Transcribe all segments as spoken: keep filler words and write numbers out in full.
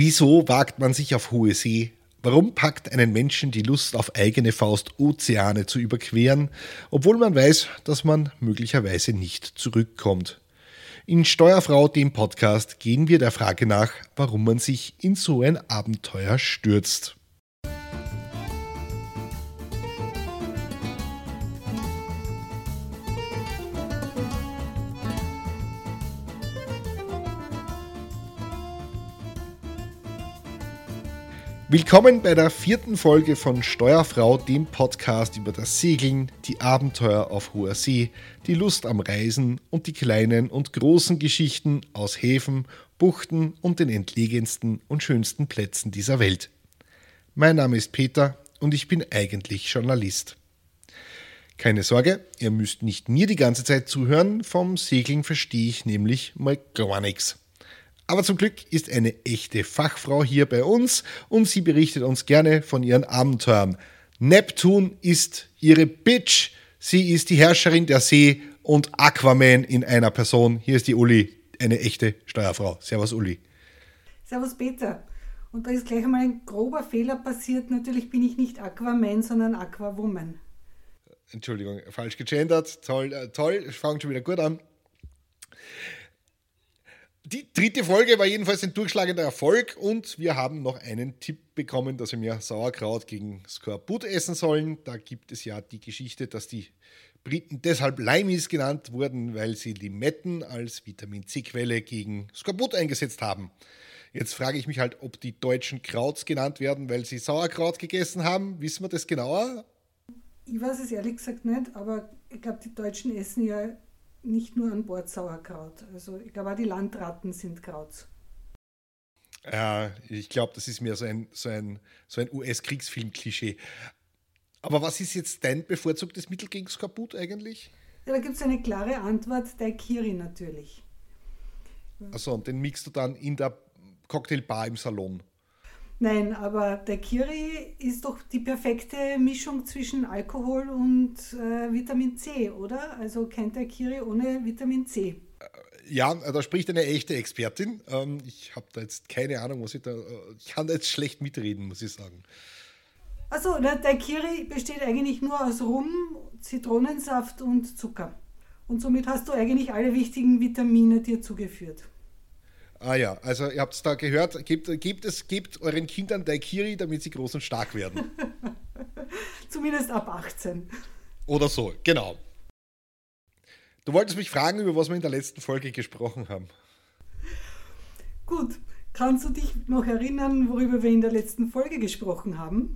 Wieso wagt man sich auf hohe See? Warum packt einen Menschen die Lust, auf eigene Faust Ozeane zu überqueren, obwohl man weiß, dass man möglicherweise nicht zurückkommt? In Steuerfrau, dem Podcast, gehen wir der Frage nach, warum man sich in so ein Abenteuer stürzt. Willkommen bei der vierten Folge von Steuerfrau, dem Podcast über das Segeln, die Abenteuer auf hoher See, die Lust am Reisen und die kleinen und großen Geschichten aus Häfen, Buchten und den entlegensten und schönsten Plätzen dieser Welt. Mein Name ist Peter und ich bin eigentlich Journalist. Keine Sorge, ihr müsst nicht mir die ganze Zeit zuhören, vom Segeln verstehe ich nämlich mal gar nichts. Aber zum Glück ist eine echte Fachfrau hier bei uns und sie berichtet uns gerne von ihren Abenteuern. Neptun ist ihre Bitch, sie ist die Herrscherin der See und Aquaman in einer Person. Hier ist die Uli, eine echte Steuerfrau. Servus Uli. Servus Peter. Und da ist gleich einmal ein grober Fehler passiert. Natürlich bin ich nicht Aquaman, sondern Aquawoman. Entschuldigung, falsch gegendert. Toll, äh, toll, fangt schon wieder gut an. Die dritte Folge war jedenfalls ein durchschlagender Erfolg und wir haben noch einen Tipp bekommen, dass wir mehr Sauerkraut gegen Skorbut essen sollen. Da gibt es ja die Geschichte, dass die Briten deshalb Limeys genannt wurden, weil sie Limetten als Vitamin-C-Quelle gegen Skorbut eingesetzt haben. Jetzt frage ich mich halt, ob die Deutschen Krauts genannt werden, weil sie Sauerkraut gegessen haben. Wissen wir das genauer? Ich weiß es ehrlich gesagt nicht, aber ich glaube, die Deutschen essen ja nicht nur an Bord Sauerkraut. Also ich glaube auch die Landratten sind Krauts. Ja, ich glaube, das ist mehr so ein, so ein, so ein U S-Kriegsfilm-Klischee. Aber was ist jetzt dein bevorzugtes Mittel gegen Skorbut eigentlich? Ja, da gibt es eine klare Antwort, Daiquiri natürlich. Achso, und den mixt du dann in der Cocktailbar im Salon? Nein, aber Daiquiri ist doch die perfekte Mischung zwischen Alkohol und äh, Vitamin C, oder? Also kein Daiquiri ohne Vitamin C. Ja, da spricht eine echte Expertin. Ähm, ich habe da jetzt keine Ahnung, was ich da... Ich kann da jetzt schlecht mitreden, muss ich sagen. Also der Daiquiri besteht eigentlich nur aus Rum, Zitronensaft und Zucker. Und somit hast du eigentlich alle wichtigen Vitamine dir zugeführt. Ah ja, also ihr habt es da gehört, gebt, gebt, es, gebt euren Kindern Daiquiri, damit sie groß und stark werden. Zumindest ab achtzehn. Oder so, genau. Du wolltest mich fragen, über was wir in der letzten Folge gesprochen haben. Gut, kannst du dich noch erinnern, worüber wir in der letzten Folge gesprochen haben?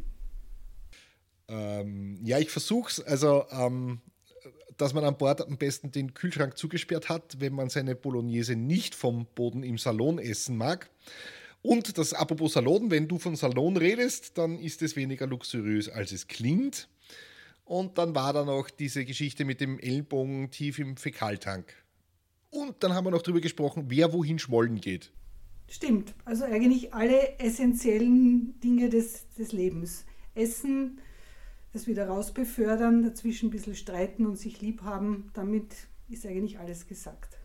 Ähm, ja, ich versuche es, also... Ähm, dass man an Bord am besten den Kühlschrank zugesperrt hat, wenn man seine Bolognese nicht vom Boden im Salon essen mag. Und das apropos Salon, wenn du von Salon redest, dann ist es weniger luxuriös, als es klingt. Und dann war da noch diese Geschichte mit dem Ellenbogen tief im Fäkaltank. Und dann haben wir noch darüber gesprochen, wer wohin schmollen geht. Stimmt, also eigentlich alle essentiellen Dinge des, des Lebens. Essen, das wieder rausbefördern, dazwischen ein bisschen streiten und sich lieb haben, damit ist eigentlich alles gesagt.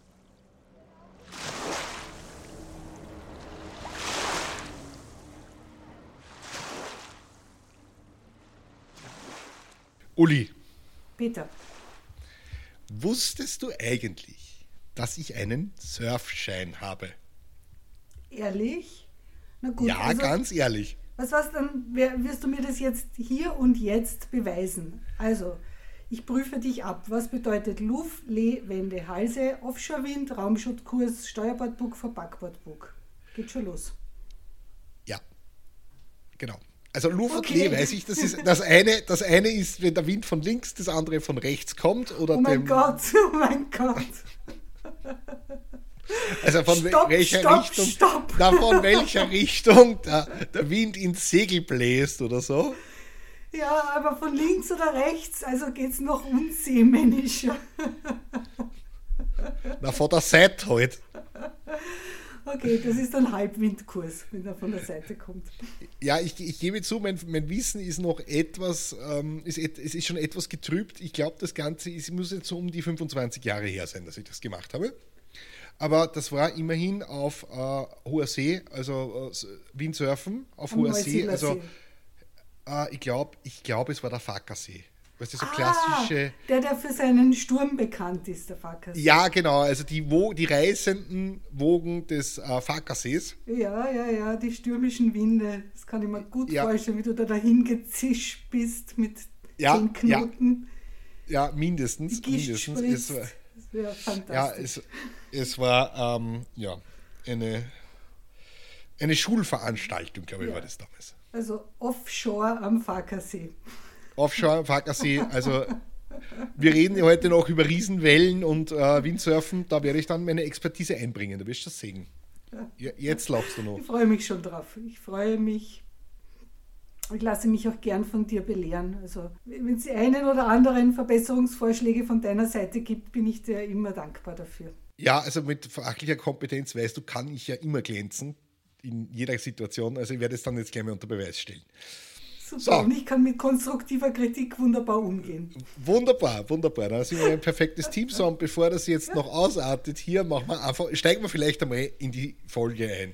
Uli. Peter. Wusstest du eigentlich, dass ich einen Surfschein habe? Ehrlich? Na gut, ja, also ganz ehrlich. Was was dann wirst du mir das jetzt hier und jetzt beweisen? Also, ich prüfe dich ab. Was bedeutet Luft, Lee, Wände, Halse, Offshore-Wind, Raumschuttkurs, Steuerbordbug, Verpackbordbug? Geht schon los. Ja, genau. Also Luft Okay. und Lee weiß ich, das ist das eine, das eine ist, wenn der Wind von links, das andere von rechts kommt. Oder Oh mein dem, Gott, oh mein Gott. Also von Stopp, welcher stopp, Richtung, stopp. Na, von welcher Richtung der, der Wind ins Segel bläst oder so? Ja, aber von links oder rechts, also geht's noch unseemännischer. Na, von der Seite halt. Okay, das ist ein Halbwindkurs, wenn er von der Seite kommt. Ja, ich, ich gebe zu, mein, mein Wissen ist noch etwas, ähm, ist et, es ist schon etwas getrübt. Ich glaube, das Ganze ist, muss jetzt so um die fünfundzwanzig Jahre her sein, dass ich das gemacht habe. Aber das war immerhin auf äh, hoher See, also äh, Windsurfen auf Am hoher See. Neusiedler Also See. äh, ich glaube, ich glaub, es war der Fackersee. Weißt du, so Ah, klassische. der, der für seinen Sturm bekannt ist, der Fackersee. Ja, genau, also die, Wo die reißenden Wogen des äh, Fackersees. Ja, ja, ja, die stürmischen Winde. Das kann ich mir gut Ja. vorstellen, wie du da dahin gezischt bist mit Ja, zehn Knoten. Ja, mindestens. Die Gischt mindestens. spritzt. Es war, Das wäre ja, fantastisch. es, es war ähm, ja, eine, eine Schulveranstaltung, glaube ich, Ja. war das damals. Also offshore am Fackersee. Offshore, Fackersee, also wir reden ja heute noch über Riesenwellen und äh, Windsurfen, da werde ich dann meine Expertise einbringen, da wirst du das sehen. Ja, jetzt lachst du noch. Ich freue mich schon drauf. Ich freue mich. Ich lasse mich auch gern von dir belehren. Also, wenn es einen oder anderen Verbesserungsvorschläge von deiner Seite gibt, bin ich dir immer dankbar dafür. Ja, also mit fachlicher Kompetenz, weißt du, kann ich ja immer glänzen in jeder Situation, also ich werde es dann jetzt gleich mal unter Beweis stellen. Super, So. und ich kann mit konstruktiver Kritik wunderbar umgehen. Wunderbar, wunderbar. Da sind wir ein perfektes Team. So, und bevor das jetzt noch ausartet, hier machen wir einfach, steigen wir vielleicht einmal in die Folge ein.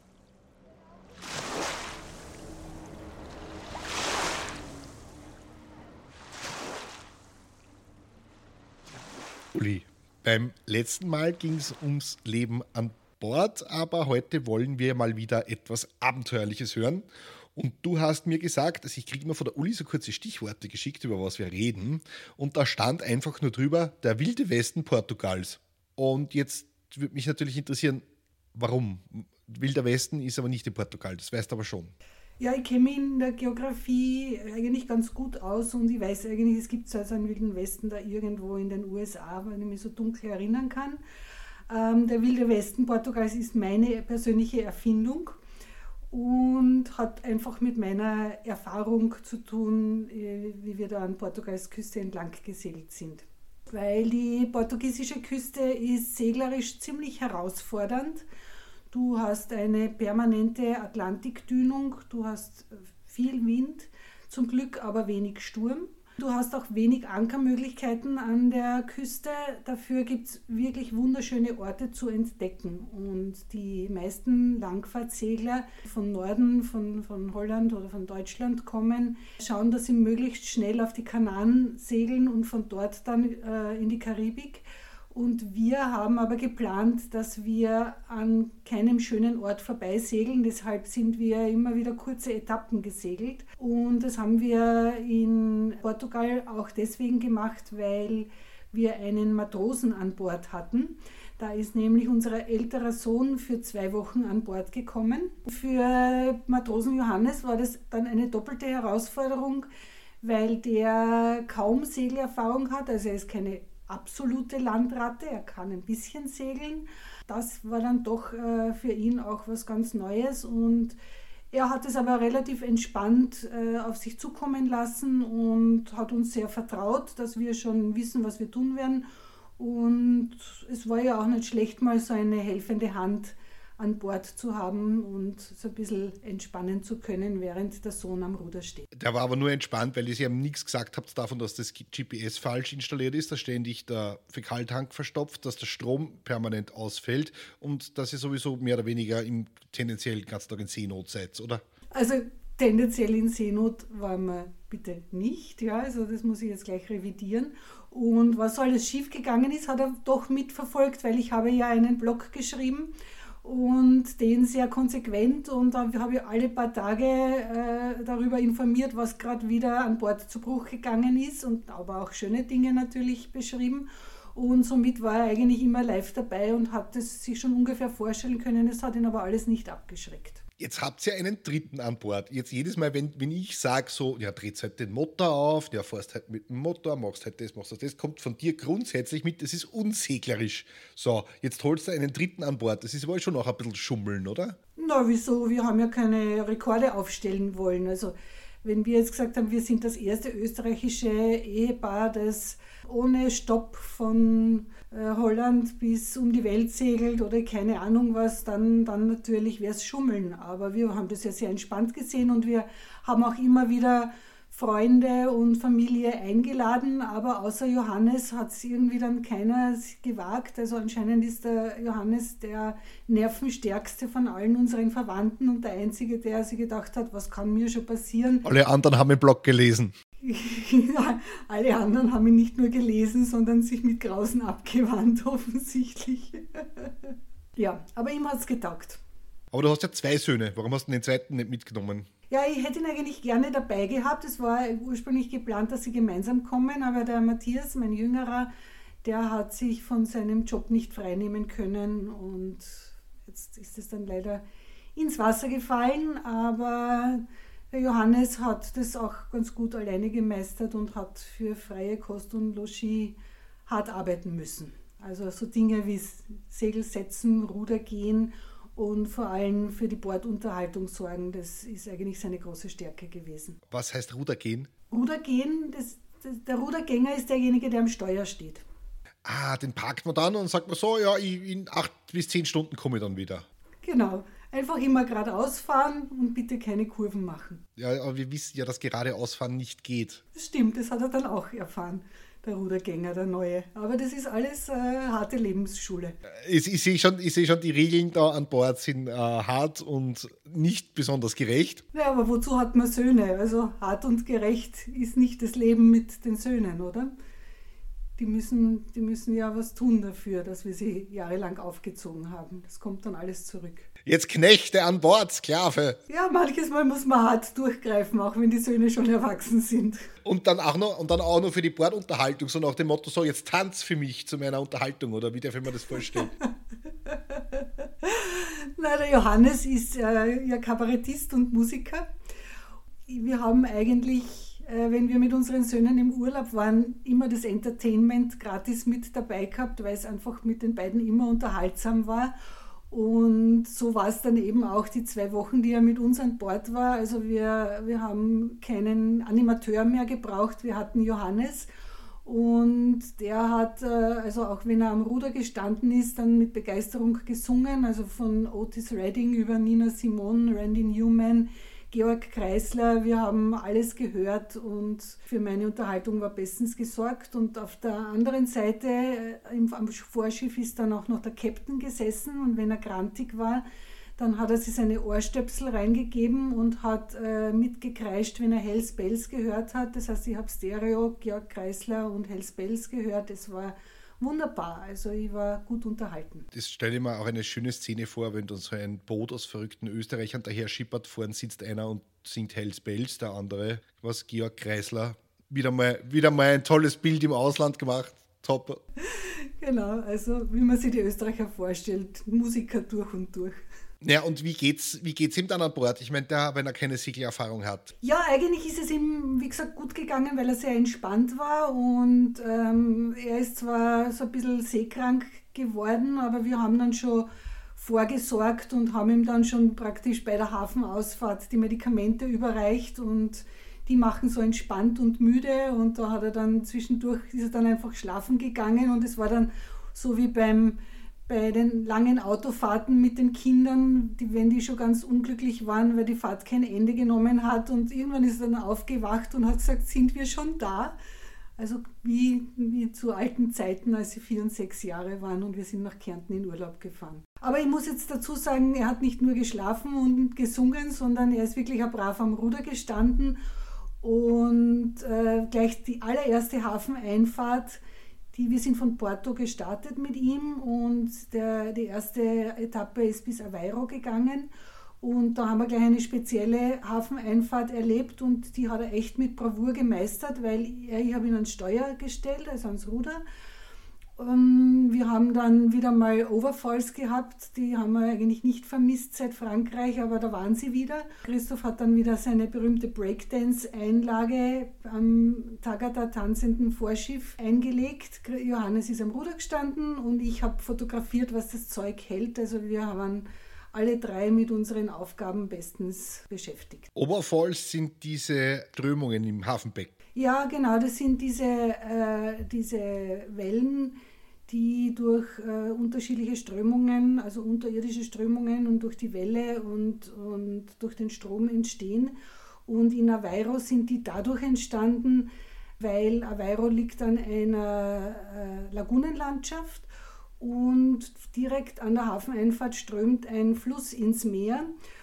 Uli, beim letzten Mal ging es ums Leben an Bord, aber heute wollen wir mal wieder etwas Abenteuerliches hören. Und du hast mir gesagt, also ich kriege immer von der Uli so kurze Stichworte geschickt, über was wir reden. Und da stand einfach nur drüber, der wilde Westen Portugals. Und jetzt würde mich natürlich interessieren, warum? Wilder Westen ist aber nicht in Portugal, das weißt du aber schon. Ja, ich kenne mich in der Geografie eigentlich ganz gut aus und ich weiß eigentlich, es gibt so also einen Wilden Westen da irgendwo in den U S A, wenn ich mich so dunkel erinnern kann. Ähm, der Wilde Westen Portugals ist meine persönliche Erfindung und hat einfach mit meiner Erfahrung zu tun, äh, wie wir da an Portugals Küste entlang gesegelt sind. Weil die portugiesische Küste ist seglerisch ziemlich herausfordernd. Du hast eine permanente Atlantikdünung, du hast viel Wind, zum Glück aber wenig Sturm. Du hast auch wenig Ankermöglichkeiten an der Küste, dafür gibt es wirklich wunderschöne Orte zu entdecken. Und die meisten Langfahrtsegler von Norden, von, von Holland oder von Deutschland kommen, schauen, dass sie möglichst schnell auf die Kanaren segeln und von dort dann äh, in die Karibik. Und wir haben aber geplant, dass wir an keinem schönen Ort vorbeisegeln. Deshalb sind wir immer wieder kurze Etappen gesegelt. Und das haben wir in Portugal auch deswegen gemacht, weil wir einen Matrosen an Bord hatten. Da ist nämlich unser älterer Sohn für zwei Wochen an Bord gekommen. Für Matrosen Johannes war das dann eine doppelte Herausforderung, weil der kaum Segelerfahrung hat. Also er ist keine absolute Landratte, er kann ein bisschen segeln. Das war dann doch äh, für ihn auch was ganz Neues und er hat es aber relativ entspannt äh, auf sich zukommen lassen und hat uns sehr vertraut, dass wir schon wissen, was wir tun werden. Und es war ja auch nicht schlecht, mal so eine helfende Hand an Bord zu haben und so ein bisschen entspannen zu können, während der Sohn am Ruder steht. Der war aber nur entspannt, weil ihr sie haben nichts gesagt habt davon, dass das G P S falsch installiert ist, dass ständig der Fäkaltank verstopft, dass der Strom permanent ausfällt und dass ihr sowieso mehr oder weniger im tendenziell den ganzen Tag in Seenot seid, oder? Also tendenziell in Seenot waren wir bitte nicht, ja, also das muss ich jetzt gleich revidieren. Und was so alles schiefgegangen ist, hat er doch mitverfolgt, weil ich habe ja einen Blog geschrieben und den sehr konsequent und da habe ich alle paar Tage äh, darüber informiert, was gerade wieder an Bord zu Bruch gegangen ist und aber auch schöne Dinge natürlich beschrieben und somit war er eigentlich immer live dabei und hat es sich schon ungefähr vorstellen können, es hat ihn aber alles nicht abgeschreckt. Jetzt habt ihr einen Dritten an Bord. Jetzt jedes Mal, wenn, wenn ich sage so, ja, dreht halt den Motor auf, ja, fährst halt mit dem Motor, machst halt das, machst halt das, kommt von dir grundsätzlich mit, das ist unseglerisch. So, jetzt holst du einen Dritten an Bord. Das ist wohl schon auch ein bisschen Schummeln, oder? Na, wieso? Wir haben ja keine Rekorde aufstellen wollen. Also, wenn wir jetzt gesagt haben, wir sind das erste österreichische Ehepaar, das ohne Stopp von äh, Holland bis um die Welt segelt oder keine Ahnung was, dann, dann natürlich wäre es Schummeln. Aber wir haben das ja sehr entspannt gesehen und wir haben auch immer wieder Freunde und Familie eingeladen, aber außer Johannes hat es irgendwie dann keiner gewagt. Also anscheinend ist der Johannes der nervenstärkste von allen unseren Verwandten und der Einzige, der sich gedacht hat, was kann mir schon passieren. Alle anderen haben den Blog gelesen. Ja, alle anderen haben ihn nicht nur gelesen, sondern sich mit Grausen abgewandt, offensichtlich. Ja, aber ihm hat es getaugt. Aber du hast ja zwei Söhne. Warum hast du den zweiten nicht mitgenommen? Ja, ich hätte ihn eigentlich gerne dabei gehabt. Es war ursprünglich geplant, dass sie gemeinsam kommen, aber der Matthias, mein Jüngerer, der hat sich von seinem Job nicht freinehmen können und jetzt ist es dann leider ins Wasser gefallen, aber der Johannes hat das auch ganz gut alleine gemeistert und hat für freie Kost und Logis hart arbeiten müssen. Also so Dinge wie Segel setzen, Ruder gehen und vor allem für die Bordunterhaltung sorgen, das ist eigentlich seine große Stärke gewesen. Was heißt Rudergehen? Rudergehen, das, das, der Rudergänger ist derjenige, der am Steuer steht. Ah, den parkt man dann und sagt man so, ja, in acht bis zehn Stunden komme ich dann wieder. Genau, einfach immer geradeaus fahren und bitte keine Kurven machen. Ja, aber wir wissen ja, dass geradeausfahren nicht geht. Das stimmt, das hat er dann auch erfahren. Der Rudergänger, der Neue. Aber das ist alles äh, harte Lebensschule. Ich, ich sehe schon, ich seh schon, die Regeln da an Bord sind äh, hart und nicht besonders gerecht. Ja, aber wozu hat man Söhne? Also hart und gerecht ist nicht das Leben mit den Söhnen, oder? Die müssen, die müssen ja was tun dafür, dass wir sie jahrelang aufgezogen haben. Das kommt dann alles zurück. Jetzt Knechte an Bord, Sklave. Ja, manches Mal muss man hart durchgreifen, auch wenn die Söhne schon erwachsen sind. Und dann auch noch, und dann auch noch für die Bordunterhaltung, so nach dem Motto, so jetzt tanz für mich zu meiner Unterhaltung, oder wie darf ich mir das vorstellen? Na, der Johannes ist äh, ja Kabarettist und Musiker. Wir haben eigentlich, äh, wenn wir mit unseren Söhnen im Urlaub waren, immer das Entertainment gratis mit dabei gehabt, weil es einfach mit den beiden immer unterhaltsam war. Und so war es dann eben auch die zwei Wochen, die er mit uns an Bord war. Also wir, wir haben keinen Animateur mehr gebraucht, wir hatten Johannes. Und der hat, also auch wenn er am Ruder gestanden ist, dann mit Begeisterung gesungen. Also von Otis Redding über Nina Simone, Randy Newman, Georg Kreisler, wir haben alles gehört und für meine Unterhaltung war bestens gesorgt. Und auf der anderen Seite im, am Vorschiff ist dann auch noch der Captain gesessen und wenn er grantig war, dann hat er sich seine Ohrstöpsel reingegeben und hat äh, mitgekreischt, wenn er Hells Bells gehört hat. Das heißt, ich habe Stereo, Georg Kreisler und Hells Bells gehört. Es war wunderbar, also ich war gut unterhalten. Das stelle ich mir auch eine schöne Szene vor, wenn dann so ein Boot aus verrückten Österreichern daher schippert, vorne sitzt einer und singt Hells Bells, der andere, was Georg Kreisler. Wieder mal, wieder mal ein tolles Bild im Ausland gemacht, top. Genau, also wie man sich die Österreicher vorstellt, Musiker durch und durch. Ja, und wie geht's, wie geht's ihm dann an Bord? Ich meine, der, wenn er keine Segelerfahrung hat. Ja, eigentlich ist es ihm, wie gesagt, gut gegangen, weil er sehr entspannt war und ähm, er ist zwar so ein bisschen seekrank geworden, aber wir haben dann schon vorgesorgt und haben ihm dann schon praktisch bei der Hafenausfahrt die Medikamente überreicht und die machen so entspannt und müde und da hat er dann zwischendurch, ist er dann einfach schlafen gegangen und es war dann so wie beim bei den langen Autofahrten mit den Kindern, die, wenn die schon ganz unglücklich waren, weil die Fahrt kein Ende genommen hat und irgendwann ist er dann aufgewacht und hat gesagt, sind wir schon da? Also wie, wie zu alten Zeiten, als sie vier und sechs Jahre waren und wir sind nach Kärnten in Urlaub gefahren. Aber ich muss jetzt dazu sagen, er hat nicht nur geschlafen und gesungen, sondern er ist wirklich ein brav am Ruder gestanden und äh, gleich die allererste Hafeneinfahrt, Die, wir sind von Porto gestartet mit ihm und der, die erste Etappe ist bis Aveiro gegangen und da haben wir gleich eine spezielle Hafeneinfahrt erlebt und die hat er echt mit Bravour gemeistert, weil er, ich habe ihn ans Steuer gestellt, also ans Ruder. Um, wir haben dann wieder mal Overfalls gehabt, die haben wir eigentlich nicht vermisst seit Frankreich, aber da waren sie wieder. Christoph hat dann wieder seine berühmte Breakdance-Einlage am Tagada tanzenden Vorschiff eingelegt. Johannes ist am Ruder gestanden und ich habe fotografiert, was das Zeug hält. Also wir waren alle drei mit unseren Aufgaben bestens beschäftigt. Overfalls sind diese Strömungen im Hafenbecken. Ja, genau, das sind diese, äh, diese Wellen, die durch äh, unterschiedliche Strömungen, also unterirdische Strömungen und durch die Welle und, und durch den Strom entstehen. Und in Aveiro sind die dadurch entstanden, weil Aveiro liegt an einer äh, Lagunenlandschaft und direkt an der Hafeneinfahrt strömt ein Fluss ins Meer.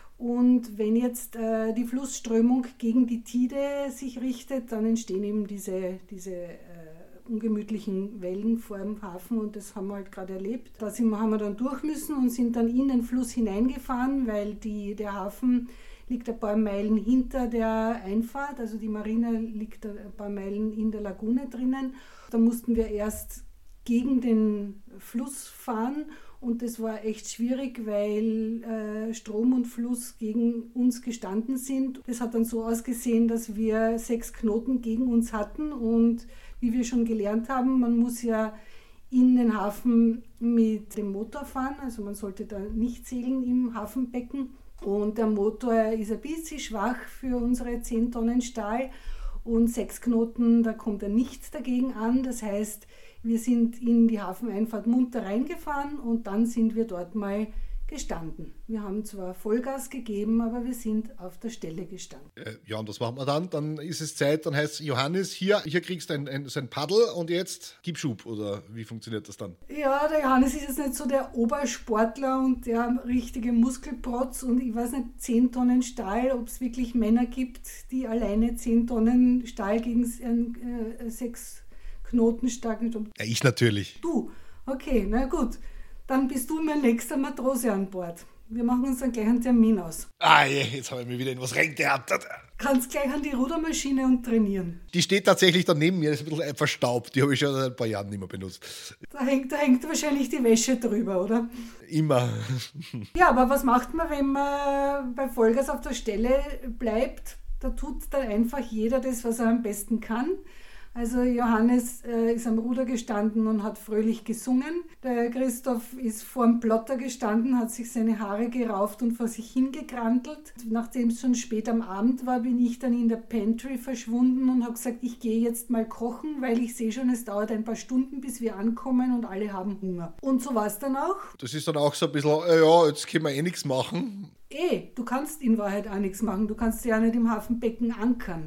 Und wenn jetzt äh, die Flussströmung gegen die Tide sich richtet, dann entstehen eben diese, diese äh, ungemütlichen Wellen vor dem Hafen und das haben wir halt gerade erlebt. Da sind wir, haben wir dann durch müssen und sind dann in den Fluss hineingefahren, weil die, der Hafen liegt ein paar Meilen hinter der Einfahrt, also die Marina liegt ein paar Meilen in der Lagune drinnen. Da mussten wir erst gegen den Fluss fahren und das war echt schwierig, weil äh, Strom und Fluss gegen uns gestanden sind. Das hat dann so ausgesehen, dass wir sechs Knoten gegen uns hatten und wie wir schon gelernt haben, man muss ja in den Hafen mit dem Motor fahren, also man sollte da nicht segeln im Hafenbecken. Und der Motor ist ein bisschen schwach für unsere zehn Tonnen Stahl und sechs Knoten, da kommt er nicht dagegen an. Das heißt, wir sind in die Hafeneinfahrt munter reingefahren und dann sind wir dort mal gestanden. Wir haben zwar Vollgas gegeben, aber wir sind auf der Stelle gestanden. Äh, ja, und was machen wir dann? Dann ist es Zeit, dann heißt es, Johannes, hier, hier kriegst du ein, ein, so ein Paddel und jetzt gib Schub, oder wie funktioniert das dann? Ja, der Johannes ist jetzt nicht so der Obersportler und der richtige Muskelprotz und ich weiß nicht, zehn Tonnen Stahl, ob es wirklich Männer gibt, die alleine zehn Tonnen Stahl gegen äh, sechs Knoten starken. Ja, ich natürlich. Du, okay, na gut. Dann bist du mein nächster Matrose an Bord. Wir machen uns dann gleich einen Termin aus. Ah, jetzt habe ich mich wieder in was reingehabt. Kannst gleich an die Rudermaschine und trainieren. Die steht tatsächlich da neben mir, das ist ein bisschen verstaubt. Die habe ich schon seit ein paar Jahren nicht mehr benutzt. Da hängt, da hängt wahrscheinlich die Wäsche drüber, oder? Immer. Ja, aber was macht man, wenn man bei Vollgas auf der Stelle bleibt? Da tut dann einfach jeder das, was er am besten kann. Also Johannes äh, ist am Ruder gestanden und hat fröhlich gesungen. Der Christoph ist vorm Plotter gestanden, hat sich seine Haare gerauft und vor sich hingekrantelt. Nachdem es schon spät am Abend war, bin ich dann in der Pantry verschwunden und habe gesagt, ich gehe jetzt mal kochen, weil ich sehe schon, es dauert ein paar Stunden, bis wir ankommen und alle haben Hunger. Und so war es dann auch. Das ist dann auch so ein bisschen, äh, ja, jetzt können wir eh nichts machen. Eh, du kannst in Wahrheit auch nichts machen. Du kannst ja nicht im Hafenbecken ankern.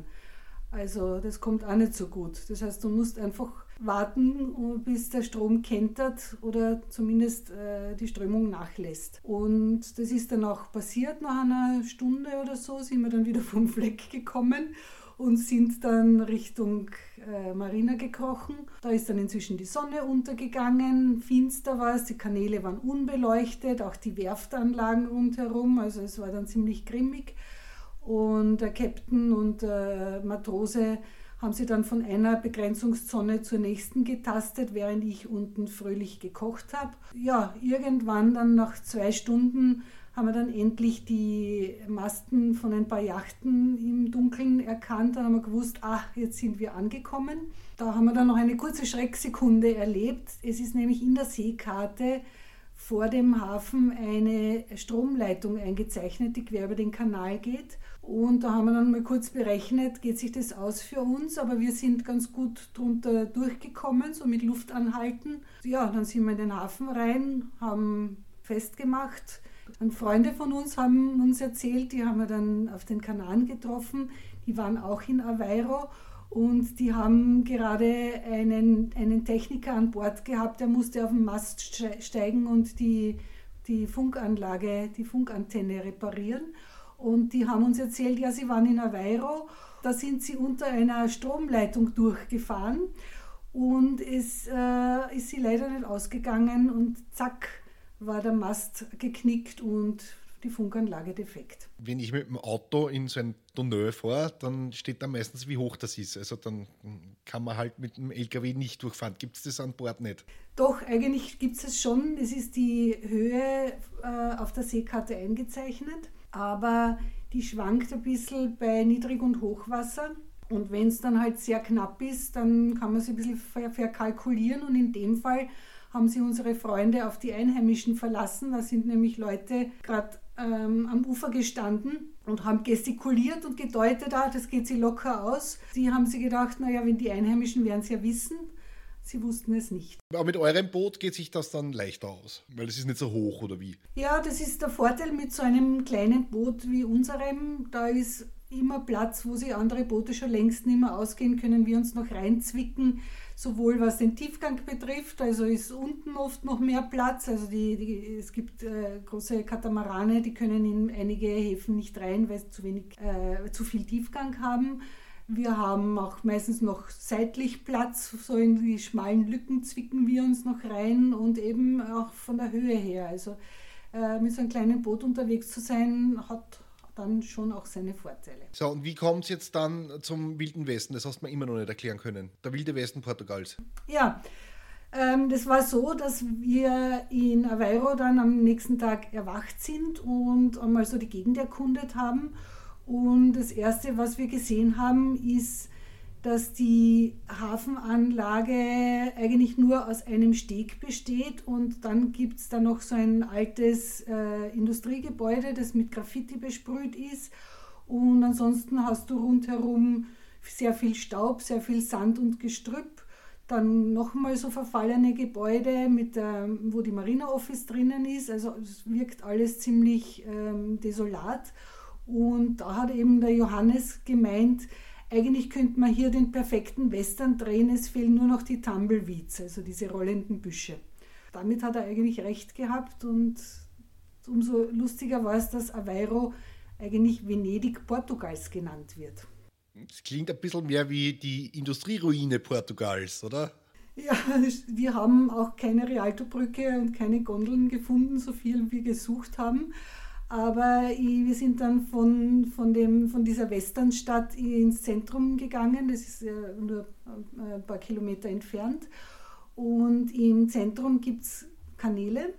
Also das kommt auch nicht so gut. Das heißt, du musst einfach warten, bis der Strom kentert oder zumindest äh, die Strömung nachlässt. Und das ist dann auch passiert. Nach einer Stunde oder so sind wir dann wieder vom Fleck gekommen und sind dann Richtung äh, Marina gekrochen. Da ist dann inzwischen die Sonne untergegangen, finster war es, die Kanäle waren unbeleuchtet, auch die Werftanlagen rundherum, also es war dann ziemlich grimmig. Und der Captain und der Matrose haben sie dann von einer Begrenzungszone zur nächsten getastet, während ich unten fröhlich gekocht habe. Ja, irgendwann dann nach zwei Stunden haben wir dann endlich die Masten von ein paar Yachten im Dunkeln erkannt. Dann haben wir gewusst, ach, jetzt sind wir angekommen. Da haben wir dann noch eine kurze Schrecksekunde erlebt. Es ist nämlich in der Seekarte vor dem Hafen eine Stromleitung eingezeichnet, die quer über den Kanal geht. Und da haben wir dann mal kurz berechnet, geht sich das aus für uns, aber wir sind ganz gut drunter durchgekommen, so mit Luftanhalten. Ja, dann sind wir in den Hafen rein, haben festgemacht. Und Freunde von uns haben uns erzählt, die haben wir dann auf den Kanaren getroffen, die waren auch in Aveiro. Und die haben gerade einen, einen Techniker an Bord gehabt, der musste auf den Mast steigen und die, die Funkanlage, die Funkantenne reparieren. Und die haben uns erzählt, ja, sie waren in Aveiro, da sind sie unter einer Stromleitung durchgefahren und es äh, ist sie leider nicht ausgegangen und zack, war der Mast geknickt und die Funkanlage defekt. Wenn ich mit dem Auto in so ein Tunnel fahre, dann steht da meistens, wie hoch das ist. Also dann kann man halt mit dem L K W nicht durchfahren. Gibt es das an Bord nicht? Doch, eigentlich gibt es es schon. Es ist die Höhe äh, auf der Seekarte eingezeichnet, aber die schwankt ein bisschen bei Niedrig- und Hochwasser. Und wenn es dann halt sehr knapp ist, dann kann man es ein bisschen ver- verkalkulieren. Und in dem Fall haben sie unsere Freunde auf die Einheimischen verlassen. Da sind nämlich Leute gerade ähm, am Ufer gestanden und haben gestikuliert und gedeutet, ah, das geht sie locker aus. Die haben sich gedacht, naja, wenn die Einheimischen werden es ja wissen. Sie wussten es nicht. Aber mit eurem Boot geht sich das dann leichter aus, weil es ist nicht so hoch, oder wie? Ja, das ist der Vorteil mit so einem kleinen Boot wie unserem. Da ist immer Platz, wo sich andere Boote schon längst nicht mehr ausgehen, können wir uns noch reinzwicken, sowohl was den Tiefgang betrifft, also ist unten oft noch mehr Platz, also die, die, es gibt äh, große Katamarane, die können in einige Häfen nicht rein, weil sie zu wenig, äh, zu viel Tiefgang haben. Wir haben auch meistens noch seitlich Platz, so in die schmalen Lücken zwicken wir uns noch rein und eben auch von der Höhe her, also äh, mit so einem kleinen Boot unterwegs zu sein, hat dann schon auch seine Vorteile. So, und wie kommt es jetzt dann zum Wilden Westen? Das hast du mir immer noch nicht erklären können. Der Wilde Westen Portugals. Ja, ähm, das war so, dass wir in Aveiro dann am nächsten Tag erwacht sind und einmal so die Gegend erkundet haben. Und das Erste, was wir gesehen haben, ist, dass die Hafenanlage eigentlich nur aus einem Steg besteht und dann gibt es da noch so ein altes äh, Industriegebäude, das mit Graffiti besprüht ist und ansonsten hast du rundherum sehr viel Staub, sehr viel Sand und Gestrüpp, dann nochmal so verfallene Gebäude, mit der, wo die Marina Office drinnen ist, also es wirkt alles ziemlich ähm, desolat und da hat eben der Johannes gemeint, eigentlich könnte man hier den perfekten Western drehen, es fehlen nur noch die Tumbleweeds, also diese rollenden Büsche. Damit hat er eigentlich recht gehabt und umso lustiger war es, dass Aveiro eigentlich Venedig Portugals genannt wird. Das klingt ein bisschen mehr wie die Industrieruine Portugals, oder? Ja, wir haben auch keine Rialtobrücke und keine Gondeln gefunden, so viel wir gesucht haben. Aber wir sind dann von, von, dem, von dieser Westernstadt ins Zentrum gegangen, das ist nur ein paar Kilometer entfernt. Und im Zentrum gibt es Kanäle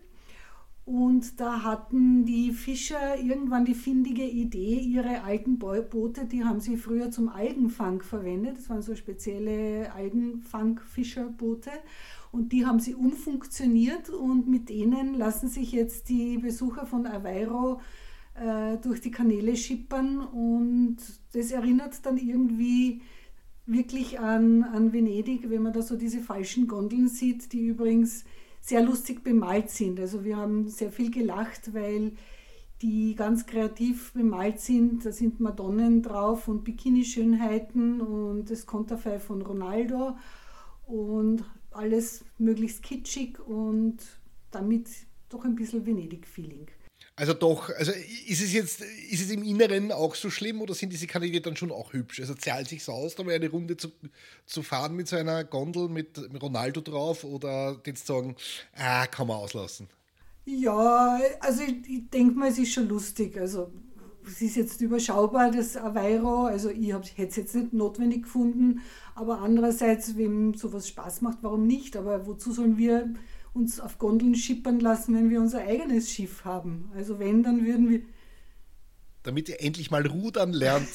und da hatten die Fischer irgendwann die findige Idee, ihre alten Boote, die haben sie früher zum Algenfang verwendet, das waren so spezielle Algenfangfischerboote. Und die haben sie umfunktioniert und mit denen lassen sich jetzt die Besucher von Aveiro äh, durch die Kanäle schippern und das erinnert dann irgendwie wirklich an, an Venedig, wenn man da so diese falschen Gondeln sieht, die übrigens sehr lustig bemalt sind. Also wir haben sehr viel gelacht, weil die ganz kreativ bemalt sind. Da sind Madonnen drauf und Bikini-Schönheiten und das Konterfei von Ronaldo und alles möglichst kitschig und damit doch ein bisschen Venedig-Feeling. Also doch, also ist es jetzt, ist es im Inneren auch so schlimm oder sind diese Kanäle dann schon auch hübsch? Also zahlt sich aus, da mal eine Runde zu, zu fahren mit so einer Gondel mit Ronaldo drauf oder jetzt sagen, ah, kann man auslassen? Ja, also ich, ich denke mal, es ist schon lustig. Also es ist jetzt überschaubar, das Aveiro, also ich hätte es jetzt nicht notwendig gefunden, aber andererseits, wem sowas Spaß macht, warum nicht? Aber wozu sollen wir uns auf Gondeln schippern lassen, wenn wir unser eigenes Schiff haben? Also wenn, dann würden wir... Damit ihr endlich mal rudern lernt.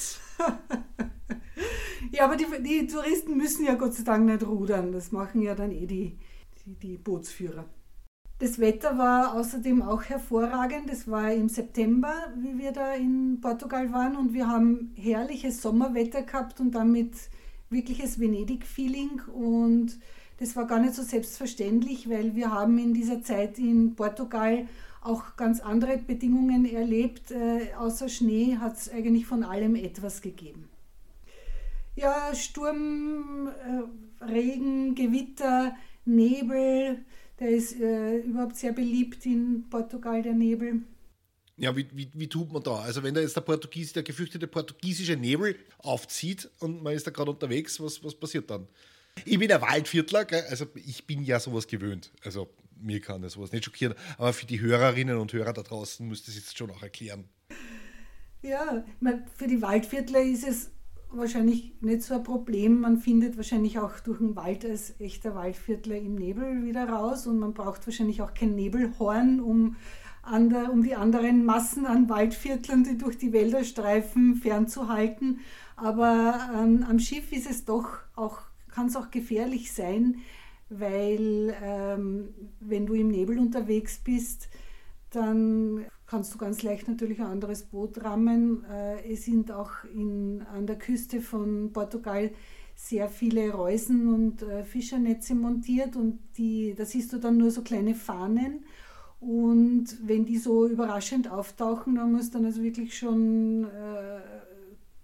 Ja, aber die, die Touristen müssen ja Gott sei Dank nicht rudern, das machen ja dann eh die, die, die Bootsführer. Das Wetter war außerdem auch hervorragend. Es war im September, wie wir da in Portugal waren und wir haben herrliches Sommerwetter gehabt und damit wirkliches Venedig-Feeling und das war gar nicht so selbstverständlich, weil wir haben in dieser Zeit in Portugal auch ganz andere Bedingungen erlebt. Äh, außer Schnee hat es eigentlich von allem etwas gegeben. Ja, Sturm, äh, Regen, Gewitter, Nebel, der ist äh, überhaupt sehr beliebt in Portugal, der Nebel. Ja, wie, wie, wie tut man da? Also wenn da jetzt der, Portugies, der gefürchtete portugiesische Nebel aufzieht und man ist da gerade unterwegs, was, was passiert dann? Ich bin ein Waldviertler, gell? Also ich bin ja sowas gewöhnt. Also mir kann das sowas nicht schockieren, aber für die Hörerinnen und Hörer da draußen müsst ihr es jetzt schon auch erklären. Ja, für die Waldviertler ist es wahrscheinlich nicht so ein Problem. Man findet wahrscheinlich auch durch den Wald als echter Waldviertler im Nebel wieder raus und man braucht wahrscheinlich auch kein Nebelhorn, um, ander, um die anderen Massen an Waldviertlern, die durch die Wälder streifen, fernzuhalten. Aber ähm, am Schiff ist es doch auch, kann es auch gefährlich sein, weil ähm, wenn du im Nebel unterwegs bist, dann kannst du ganz leicht natürlich ein anderes Boot rammen. Äh, es sind auch in, an der Küste von Portugal sehr viele Reusen und äh, Fischernetze montiert und die, da siehst du dann nur so kleine Fahnen und wenn die so überraschend auftauchen, dann musst du dann also wirklich schon äh,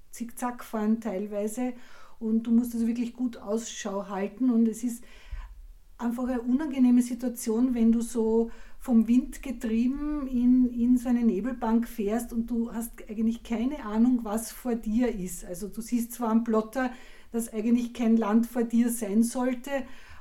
zickzack fahren teilweise und du musst also wirklich gut Ausschau halten und es ist einfach eine unangenehme Situation, wenn du so vom Wind getrieben in, in so eine Nebelbank fährst und du hast eigentlich keine Ahnung, was vor dir ist. Also du siehst zwar am Plotter, dass eigentlich kein Land vor dir sein sollte,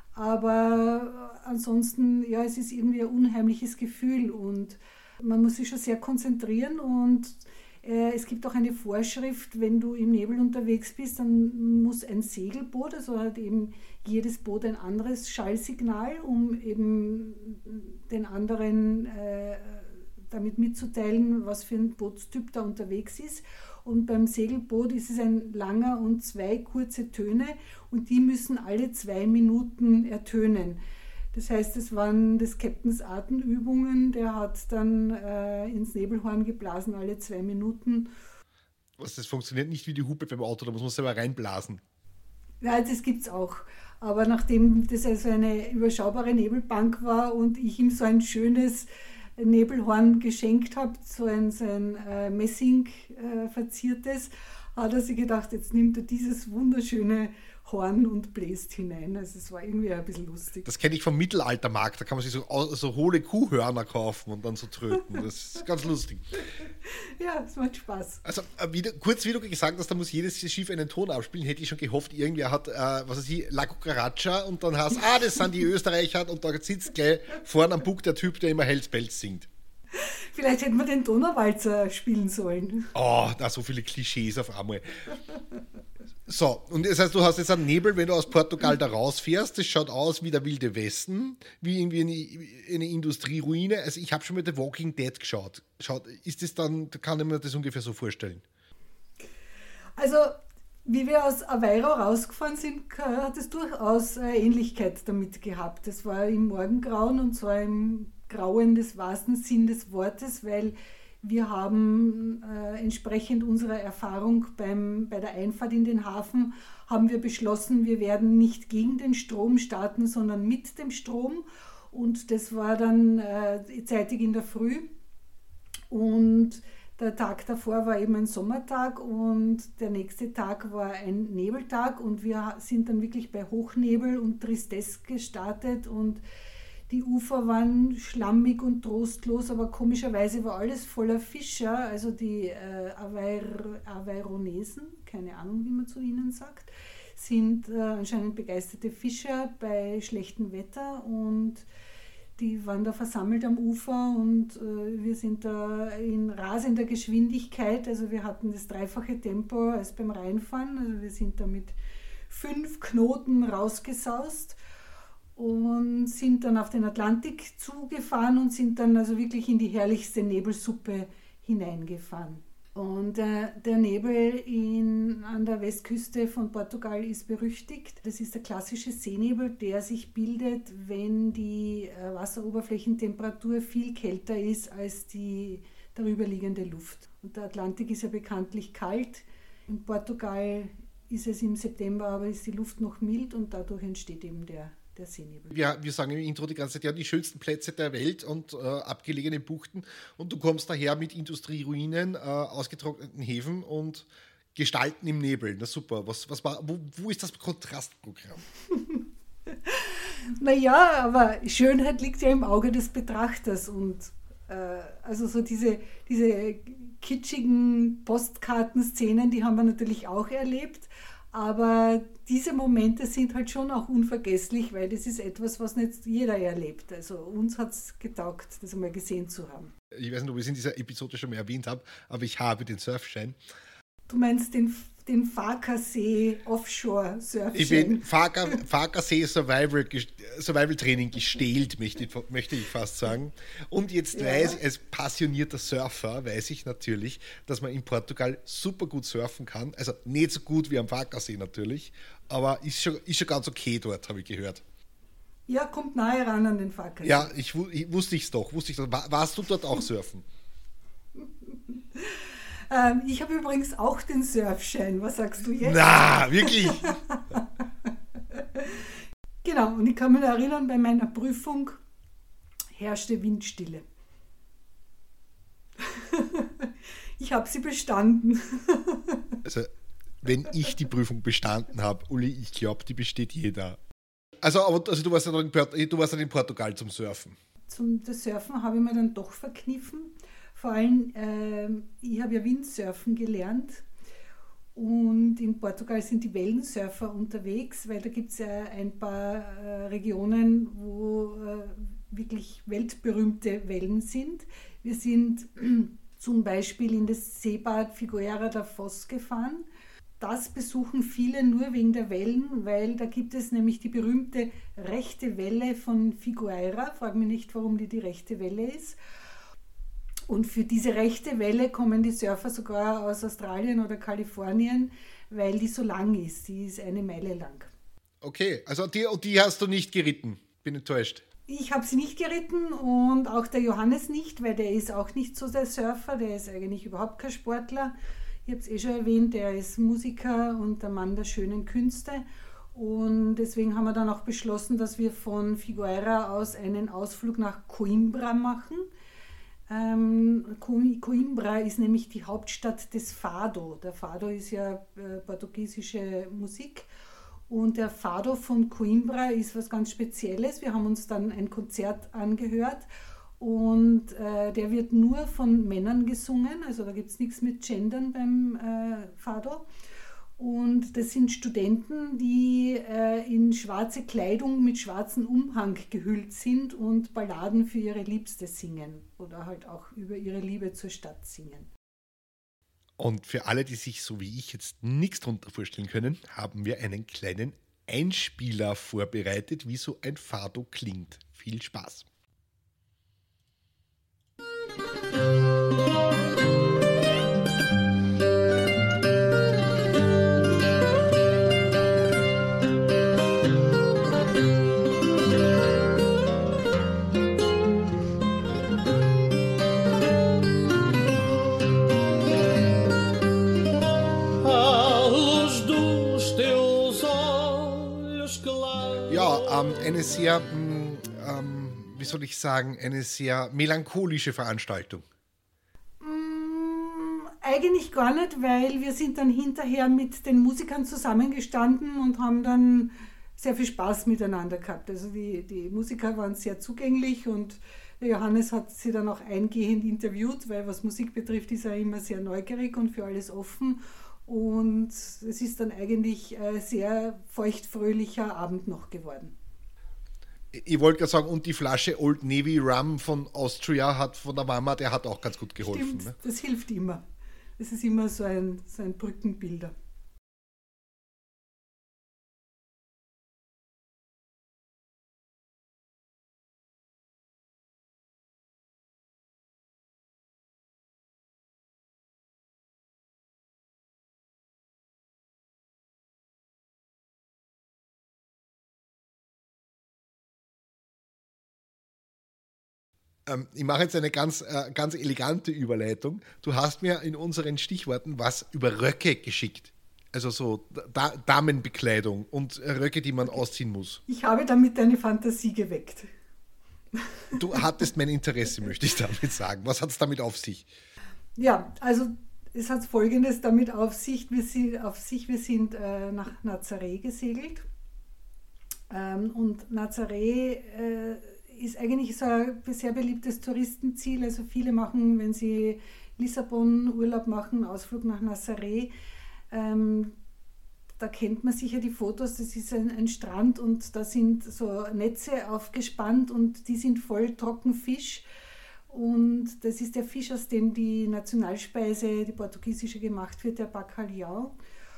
aber ansonsten, ja, es ist irgendwie ein unheimliches Gefühl und man muss sich schon sehr konzentrieren und äh, es gibt auch eine Vorschrift, wenn du im Nebel unterwegs bist, dann muss ein Segelboot, also hat eben jedes Boot ein anderes Schallsignal, um eben den anderen äh, damit mitzuteilen, was für ein Bootstyp da unterwegs ist. Und beim Segelboot ist es ein langer und zwei kurze Töne und die müssen alle zwei Minuten ertönen. Das heißt, es waren des Captains Atemübungen, der hat dann äh, ins Nebelhorn geblasen alle zwei Minuten. Was, das funktioniert nicht wie die Hupe beim Auto, da muss man selber reinblasen. Ja, das gibt es auch. Aber nachdem das also eine überschaubare Nebelbank war und ich ihm so ein schönes Nebelhorn geschenkt habe, so ein, so ein äh, Messing äh, verziertes, hat er sich gedacht, jetzt nimmt er dieses wunderschöne Horn und bläst hinein. Also es war irgendwie ein bisschen lustig. Das kenne ich vom Mittelaltermarkt, da kann man sich so, so hohle Kuhhörner kaufen und dann so tröten. Das ist ganz lustig. Ja, es macht Spaß. Also wie du, kurz wie du gesagt hast, da muss jedes Schiff einen Ton abspielen, hätte ich schon gehofft, irgendwer hat, äh, was weiß ich, La Cucaracha und dann hast ah, das sind die Österreicher und da sitzt gleich vorne am Bug der Typ, der immer Hellspelz singt. Vielleicht hätten wir den Donauwalzer spielen sollen. Oh, da so viele Klischees auf einmal. So, und das heißt, du hast jetzt einen Nebel, wenn du aus Portugal da rausfährst, das schaut aus wie der Wilde Westen, wie irgendwie eine, eine Industrieruine. Also ich habe schon mit The Walking Dead geschaut. Schaut, ist das dann, kann ich mir das ungefähr so vorstellen? Also, wie wir aus Aveiro rausgefahren sind, hat es durchaus eine Ähnlichkeit damit gehabt. Das war im Morgengrauen und zwar im Grauen des wahrsten Sinn des Wortes, weil wir haben äh, entsprechend unserer Erfahrung beim, bei der Einfahrt in den Hafen, haben wir beschlossen, wir werden nicht gegen den Strom starten, sondern mit dem Strom. Und das war dann äh, zeitig in der Früh. Und der Tag davor war eben ein Sommertag und der nächste Tag war ein Nebeltag. Und wir sind dann wirklich bei Hochnebel und Tristesse gestartet und die Ufer waren schlammig und trostlos, aber komischerweise war alles voller Fischer, also die äh, Aveir, Aveironesen, keine Ahnung, wie man zu ihnen sagt, sind äh, anscheinend begeisterte Fischer bei schlechtem Wetter und die waren da versammelt am Ufer und äh, wir sind da in rasender Geschwindigkeit, also wir hatten das dreifache Tempo als beim Reinfahren, also wir sind da mit fünf Knoten rausgesaust und sind dann auf den Atlantik zugefahren und sind dann also wirklich in die herrlichste Nebelsuppe hineingefahren. Und äh, der Nebel in, an der Westküste von Portugal ist berüchtigt. Das ist der klassische Seenebel, der sich bildet, wenn die äh, Wasseroberflächentemperatur viel kälter ist als die darüberliegende Luft. Und der Atlantik ist ja bekanntlich kalt. In Portugal ist es im September, aber ist die Luft noch mild und dadurch entsteht eben der Der Seenebel. Wir, wir sagen im Intro die ganze Zeit, ja, die schönsten Plätze der Welt und äh, abgelegene Buchten und du kommst daher mit Industrieruinen, äh, ausgetrockneten Häfen und Gestalten im Nebel. Na super, was, was war, wo, wo ist das Kontrastprogramm? Naja, aber Schönheit liegt ja im Auge des Betrachters und äh, also so diese, diese kitschigen Postkartenszenen, die haben wir natürlich auch erlebt. Aber diese Momente sind halt schon auch unvergesslich, weil das ist etwas, was nicht jeder erlebt. Also uns hat es getaugt, das einmal gesehen zu haben. Ich weiß nicht, ob ich es in dieser Episode schon mal erwähnt habe, aber ich habe den Surfschein. Du meinst den, den Farkasee Offshore Surfschein? Ich bin Farkasee Survival, Survival Training gestählt, möchte, möchte ich fast sagen. Und jetzt ja. weiß ich, als passionierter Surfer, weiß ich natürlich, dass man in Portugal super gut surfen kann. Also nicht so gut wie am Farkasee natürlich, aber ist schon, ist schon ganz okay dort, habe ich gehört. Ja, kommt nahe ran an den Farkasee. Ja, ich, ich wusste ich es doch, wusste ich doch. Warst du dort auch surfen? Ähm, ich habe übrigens auch den Surfschein. Was sagst du jetzt? Na, wirklich? Genau, und ich kann mich erinnern, bei meiner Prüfung herrschte Windstille. Ich habe sie bestanden. Also wenn ich die Prüfung bestanden habe. Uli, ich glaube, die besteht jeder. Also, aber, also du warst ja dann in, du warst dann in Portugal zum Surfen. Zum das Surfen habe ich mir dann doch verkniffen. Vor allem, äh, ich habe ja Windsurfen gelernt. Und in Portugal sind die Wellensurfer unterwegs, weil da gibt es ja ein paar äh, Regionen, wo äh, wirklich weltberühmte Wellen sind. Wir sind zum Beispiel in das Seebad Figueira da Foz gefahren. Das besuchen viele nur wegen der Wellen, weil da gibt es nämlich die berühmte rechte Welle von Figueira. Frag mich nicht, warum die die rechte Welle ist. Und für diese rechte Welle kommen die Surfer sogar aus Australien oder Kalifornien, weil die so lang ist. Die ist eine Meile lang. Okay, also die, die hast du nicht geritten. Bin enttäuscht. Ich habe sie nicht geritten und auch der Johannes nicht, weil der ist auch nicht so der Surfer. Der ist eigentlich überhaupt kein Sportler. Ich habe es eh schon erwähnt, der ist Musiker und der Mann der schönen Künste. Und deswegen haben wir dann auch beschlossen, dass wir von Figueira aus einen Ausflug nach Coimbra machen. Ähm, Coimbra ist nämlich die Hauptstadt des Fado. Der Fado ist ja äh, portugiesische Musik. Und der Fado von Coimbra ist was ganz Spezielles. Wir haben uns dann ein Konzert angehört. Und äh, der wird nur von Männern gesungen, also da gibt es nichts mit Gendern beim äh, Fado. Und das sind Studenten, die äh, in schwarze Kleidung mit schwarzem Umhang gehüllt sind und Balladen für ihre Liebste singen oder halt auch über ihre Liebe zur Stadt singen. Und für alle, die sich so wie ich jetzt nichts darunter vorstellen können, haben wir einen kleinen Einspieler vorbereitet, wie so ein Fado klingt. Viel Spaß! Ja, ähm, eine sehr, mh, ähm, wie soll ich sagen, eine sehr melancholische Veranstaltung. Mm, eigentlich gar nicht, weil wir sind dann hinterher mit den Musikern zusammengestanden und haben dann sehr viel Spaß miteinander gehabt. Also die, die Musiker waren sehr zugänglich und der Johannes hat sie dann auch eingehend interviewt, weil was Musik betrifft, ist er immer sehr neugierig und für alles offen. Und es ist dann eigentlich ein sehr feuchtfröhlicher Abend noch geworden. Ich wollte gerade sagen, und die Flasche Old Navy Rum von Austria hat von der Mama, der hat auch ganz gut geholfen. Stimmt, ne? Das hilft immer. Das ist immer so ein, so ein Brückenbilder. Ähm, ich mache jetzt eine ganz, äh, ganz elegante Überleitung. Du hast mir in unseren Stichworten was über Röcke geschickt. Also so da- Damenbekleidung und Röcke, die man ausziehen muss. Ich habe damit deine Fantasie geweckt. Du hattest mein Interesse, möchte ich damit sagen. Was hat es damit auf sich? Ja, also es hat Folgendes damit auf sich. Wir sind, auf sich, wir sind äh, nach Nazaré gesegelt. Ähm, und Nazaré äh, ist eigentlich so ein sehr beliebtes Touristenziel. Also viele machen, wenn sie Lissabon Urlaub machen, Ausflug nach Nazaré. Ähm, da kennt man sicher die Fotos, das ist ein, ein Strand und da sind so Netze aufgespannt und die sind voll Trockenfisch. Und das ist der Fisch, aus dem die Nationalspeise, die portugiesische, gemacht wird, der Bacalhau.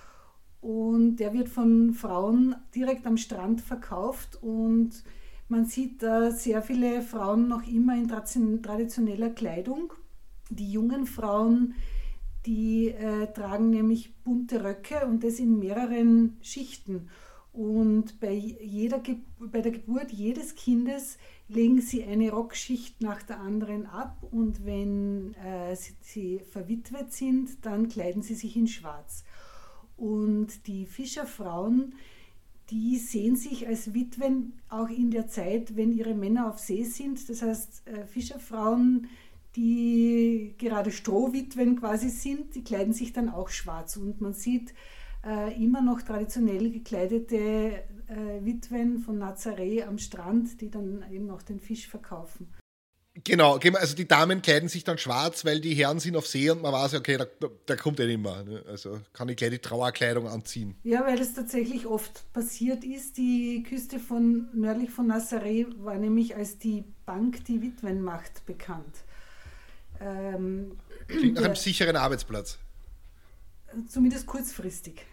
Und der wird von Frauen direkt am Strand verkauft und man sieht da sehr viele Frauen noch immer in traditioneller Kleidung. Die jungen Frauen, die äh, tragen nämlich bunte Röcke und das in mehreren Schichten. Und bei, jeder Ge- bei der Geburt jedes Kindes legen sie eine Rockschicht nach der anderen ab und wenn äh, sie, sie verwitwet sind, dann kleiden sie sich in schwarz. Und die Fischerfrauen, die sehen sich als Witwen auch in der Zeit, wenn ihre Männer auf See sind. Das heißt, äh, Fischerfrauen, die gerade Strohwitwen quasi sind, die kleiden sich dann auch schwarz. Und man sieht äh, immer noch traditionell gekleidete äh, Witwen von Nazaré am Strand, die dann eben auch den Fisch verkaufen. Genau, also die Damen kleiden sich dann schwarz, weil die Herren sind auf See und man weiß, okay, da, da kommt er nicht mehr. Ne? Also kann ich gleich die Trauerkleidung anziehen. Ja, weil es tatsächlich oft passiert ist. Die Küste von nördlich von Nazaré war nämlich als die Bank die Witwenmacht bekannt. Ähm, Klingt nach einem sicheren Arbeitsplatz. Zumindest kurzfristig.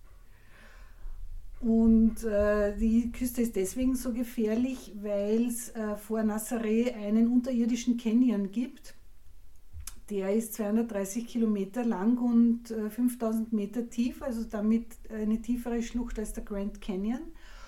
Und äh, die Küste ist deswegen so gefährlich, weil es äh, vor Nazaré einen unterirdischen Canyon gibt. Der ist zweihundertdreißig Kilometer lang und äh, fünftausend Meter tief, also damit eine tiefere Schlucht als der Grand Canyon.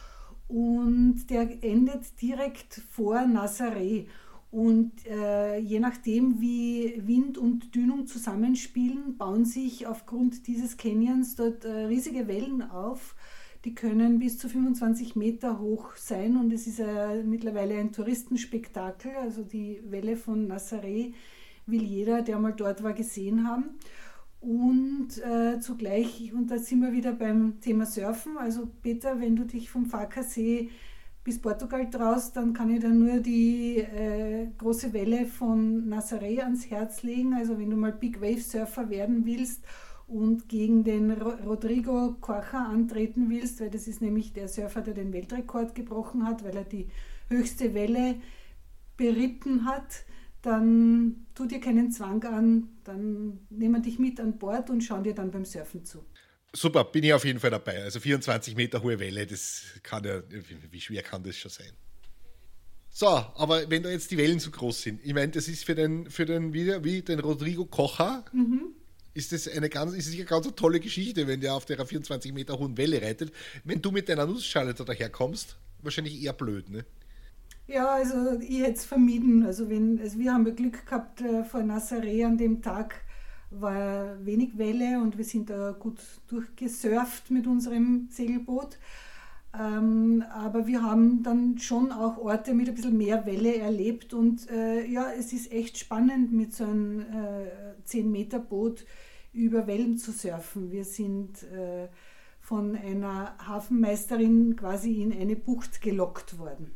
Und der endet direkt vor Nazaré. Und äh, je nachdem, wie Wind und Dünung zusammenspielen, bauen sich aufgrund dieses Canyons dort äh, riesige Wellen auf. Die können bis zu fünfundzwanzig Meter hoch sein und es ist äh, mittlerweile ein Touristenspektakel. Also die Welle von Nazaré will jeder, der mal dort war, gesehen haben. Und äh, zugleich, und da sind wir wieder beim Thema Surfen, also Peter, wenn du dich vom Farkasee bis Portugal traust, dann kann ich dir nur die äh, große Welle von Nazaré ans Herz legen. Also wenn du mal Big Wave Surfer werden willst und gegen den Rodrigo Corcha antreten willst, weil das ist nämlich der Surfer, der den Weltrekord gebrochen hat, weil er die höchste Welle beritten hat, dann tu dir keinen Zwang an, dann nehmen wir dich mit an Bord und schauen dir dann beim Surfen zu. Super, bin ich auf jeden Fall dabei. Also vierundzwanzig Meter hohe Welle, das kann ja, wie schwer kann das schon sein? So, aber wenn da jetzt die Wellen so groß sind, ich meine, das ist für den, für den, wie, wie den Rodrigo Corcha, mhm. ist das eine ganz, ist eine ganz tolle Geschichte, wenn der auf der vierundzwanzig Meter hohen Welle reitet. Wenn du mit deiner Nussschale da daherkommst, wahrscheinlich eher blöd, ne? Ja, also ich hätte es vermieden. Also, wenn, also wir haben Glück gehabt äh, vor Nazaré an dem Tag, war wenig Welle und wir sind da gut durchgesurft mit unserem Segelboot. Ähm, aber wir haben dann schon auch Orte mit ein bisschen mehr Welle erlebt und äh, ja, es ist echt spannend mit so einem äh, zehn Meter Boot über Wellen zu surfen. Wir sind äh, von einer Hafenmeisterin quasi in eine Bucht gelockt worden.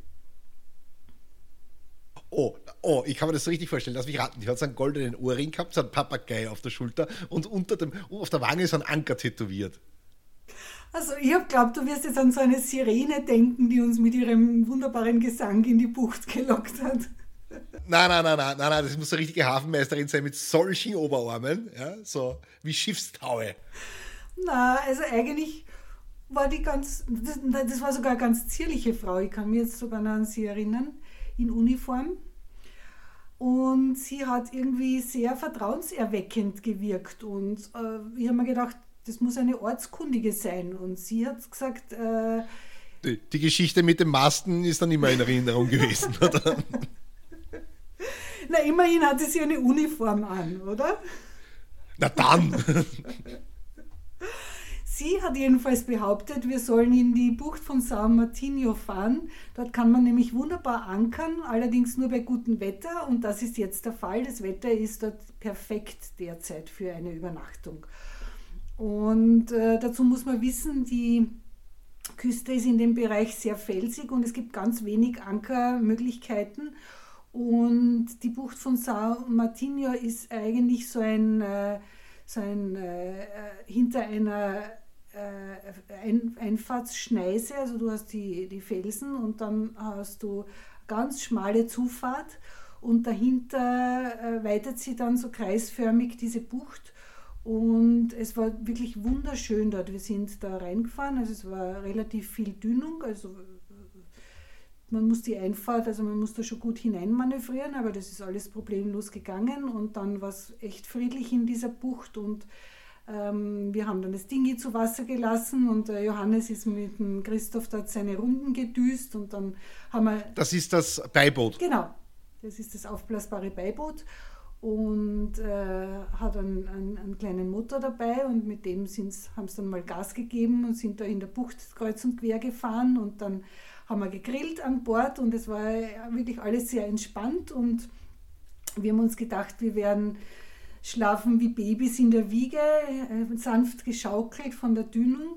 Oh, oh, ich kann mir das so richtig vorstellen. Lass mich raten. Die hat so einen goldenen Ohrring gehabt, so einen Papagei auf der Schulter und unter dem, auf der Wange so ein Anker tätowiert. Also ich habe geglaubt, du wirst jetzt an so eine Sirene denken, die uns mit ihrem wunderbaren Gesang in die Bucht gelockt hat. Nein, nein, nein, nein, nein, das muss eine richtige Hafenmeisterin sein mit solchen Oberarmen, ja, so wie Schiffstaue. Na, also eigentlich war die ganz, das, das war sogar eine ganz zierliche Frau. Ich kann mich jetzt sogar noch an sie erinnern. In Uniform und sie hat irgendwie sehr vertrauenserweckend gewirkt und äh, ich habe mir gedacht, das muss eine Ortskundige sein und sie hat gesagt... Äh, die, die Geschichte mit dem Masten ist dann immer in Erinnerung gewesen, oder? Na, immerhin hatte sie eine Uniform an, oder? Na dann! Sie hat jedenfalls behauptet, wir sollen in die Bucht von San Martino fahren. Dort kann man nämlich wunderbar ankern, allerdings nur bei gutem Wetter. Und das ist jetzt der Fall. Das Wetter ist dort perfekt derzeit für eine Übernachtung. Und äh, dazu muss man wissen, die Küste ist in dem Bereich sehr felsig und es gibt ganz wenig Ankermöglichkeiten. Und die Bucht von San Martino ist eigentlich so ein, äh, so ein äh, hinter einer Ein, Einfahrtsschneise, also du hast die, die Felsen und dann hast du ganz schmale Zufahrt und dahinter äh, weitet sie dann so kreisförmig diese Bucht und es war wirklich wunderschön dort. Wir sind da reingefahren, also es war relativ viel Dünung, also man muss die Einfahrt, also man muss da schon gut hineinmanövrieren, aber das ist alles problemlos gegangen und dann war es echt friedlich in dieser Bucht und Ähm, wir haben dann das Dingi zu Wasser gelassen und äh, Johannes ist mit dem Christoph dort seine Runden gedüst und dann haben wir... Das ist das Beiboot. Genau, das ist das aufblasbare Beiboot und äh, hat einen, einen, einen kleinen Motor dabei und mit dem haben sie dann mal Gas gegeben und sind da in der Bucht kreuz und quer gefahren und dann haben wir gegrillt an Bord und es war wirklich alles sehr entspannt und wir haben uns gedacht, wir werden schlafen wie Babys in der Wiege, äh, sanft geschaukelt von der Dünung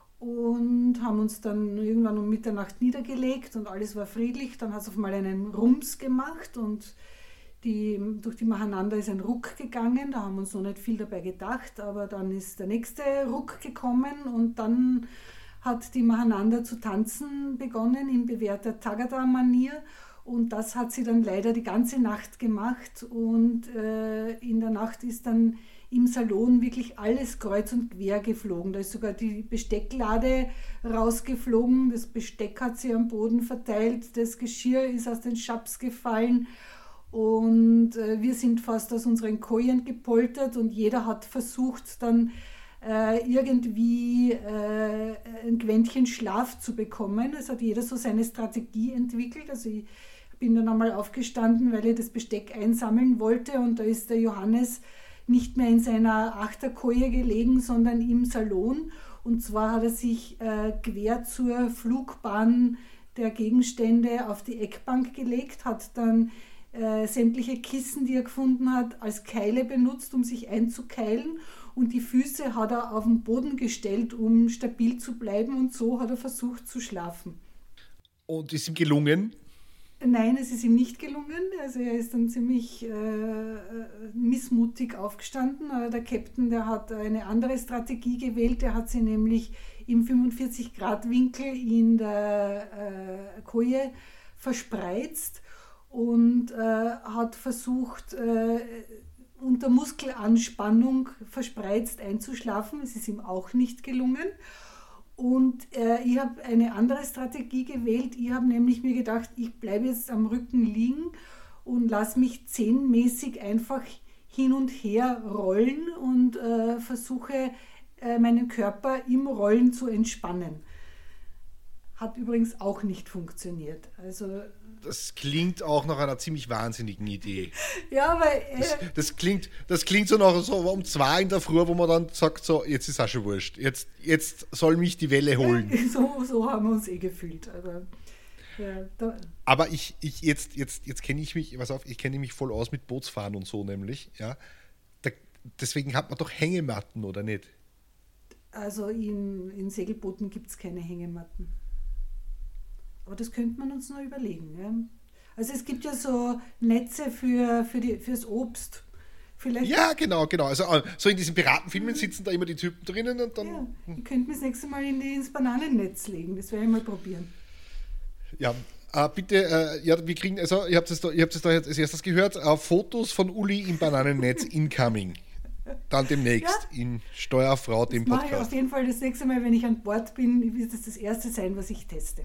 und haben uns dann irgendwann um Mitternacht niedergelegt und alles war friedlich. Dann hat es auf einmal einen Rums gemacht und die, durch die Mahananda ist ein Ruck gegangen. Da haben wir uns noch nicht viel dabei gedacht, aber dann ist der nächste Ruck gekommen und dann hat die Mahananda zu tanzen begonnen in bewährter Tagada-Manier. Und das hat sie dann leider die ganze Nacht gemacht und äh, in der Nacht ist dann im Salon wirklich alles kreuz und quer geflogen. Da ist sogar die Bestecklade rausgeflogen, das Besteck hat sie am Boden verteilt, das Geschirr ist aus den Schaps gefallen und äh, wir sind fast aus unseren Kojen gepoltert und jeder hat versucht dann äh, irgendwie äh, ein Quäntchen Schlaf zu bekommen. Es hat jeder so seine Strategie entwickelt. Also ich bin dann einmal aufgestanden, weil ich das Besteck einsammeln wollte und da ist der Johannes nicht mehr in seiner Achterkoje gelegen, sondern im Salon. Und zwar hat er sich äh, quer zur Flugbahn der Gegenstände auf die Eckbank gelegt, hat dann äh, sämtliche Kissen, die er gefunden hat, als Keile benutzt, um sich einzukeilen. Und die Füße hat er auf den Boden gestellt, um stabil zu bleiben. Und so hat er versucht zu schlafen. Und ist ihm gelungen? Nein, es ist ihm nicht gelungen. Also er ist dann ziemlich äh, missmutig aufgestanden. Aber der Captain, der hat eine andere Strategie gewählt. Der hat sie nämlich im fünfundvierzig Grad Winkel in der äh, Koje verspreizt und äh, hat versucht, äh, unter Muskelanspannung verspreizt einzuschlafen. Es ist ihm auch nicht gelungen. Und äh, ich habe eine andere Strategie gewählt. Ich habe nämlich mir gedacht, ich bleibe jetzt am Rücken liegen und lasse mich zehnmäßig einfach hin und her rollen und äh, versuche, äh, meinen Körper im Rollen zu entspannen. Hat übrigens auch nicht funktioniert. Also das klingt auch nach einer ziemlich wahnsinnigen Idee. Ja, weil äh, das, das, klingt, das klingt so nach so um zwei in der Früh, wo man dann sagt, so, jetzt ist auch schon wurscht. Jetzt, jetzt soll mich die Welle holen. So, so haben wir uns eh gefühlt. Aber, ja, da. Aber ich, ich jetzt, jetzt, jetzt kenne ich mich, pass auf, ich kenne mich voll aus mit Bootsfahren und so nämlich. Ja. Da, deswegen hat man doch Hängematten, oder nicht? Also in, in Segelbooten gibt es keine Hängematten. Aber das könnte man uns noch überlegen. Ja? Also es gibt ja so Netze für, für die, fürs Obst. Vielleicht ja, genau, genau. Also so in diesen Piratenfilmen sitzen da immer die Typen drinnen und dann... Ja, ich könnte mir das nächste Mal in die, ins Bananennetz legen. Das werde ich mal probieren. Ja, äh, bitte, äh, ja, wir kriegen, also ihr habt es da, ihr habt es da jetzt als erstes gehört, äh, Fotos von Uli im Bananennetz incoming. Dann demnächst ja. in Steuerfrau, dem das Podcast. Mache ich auf jeden Fall das nächste Mal, wenn ich an Bord bin, wird das das erste sein, was ich teste.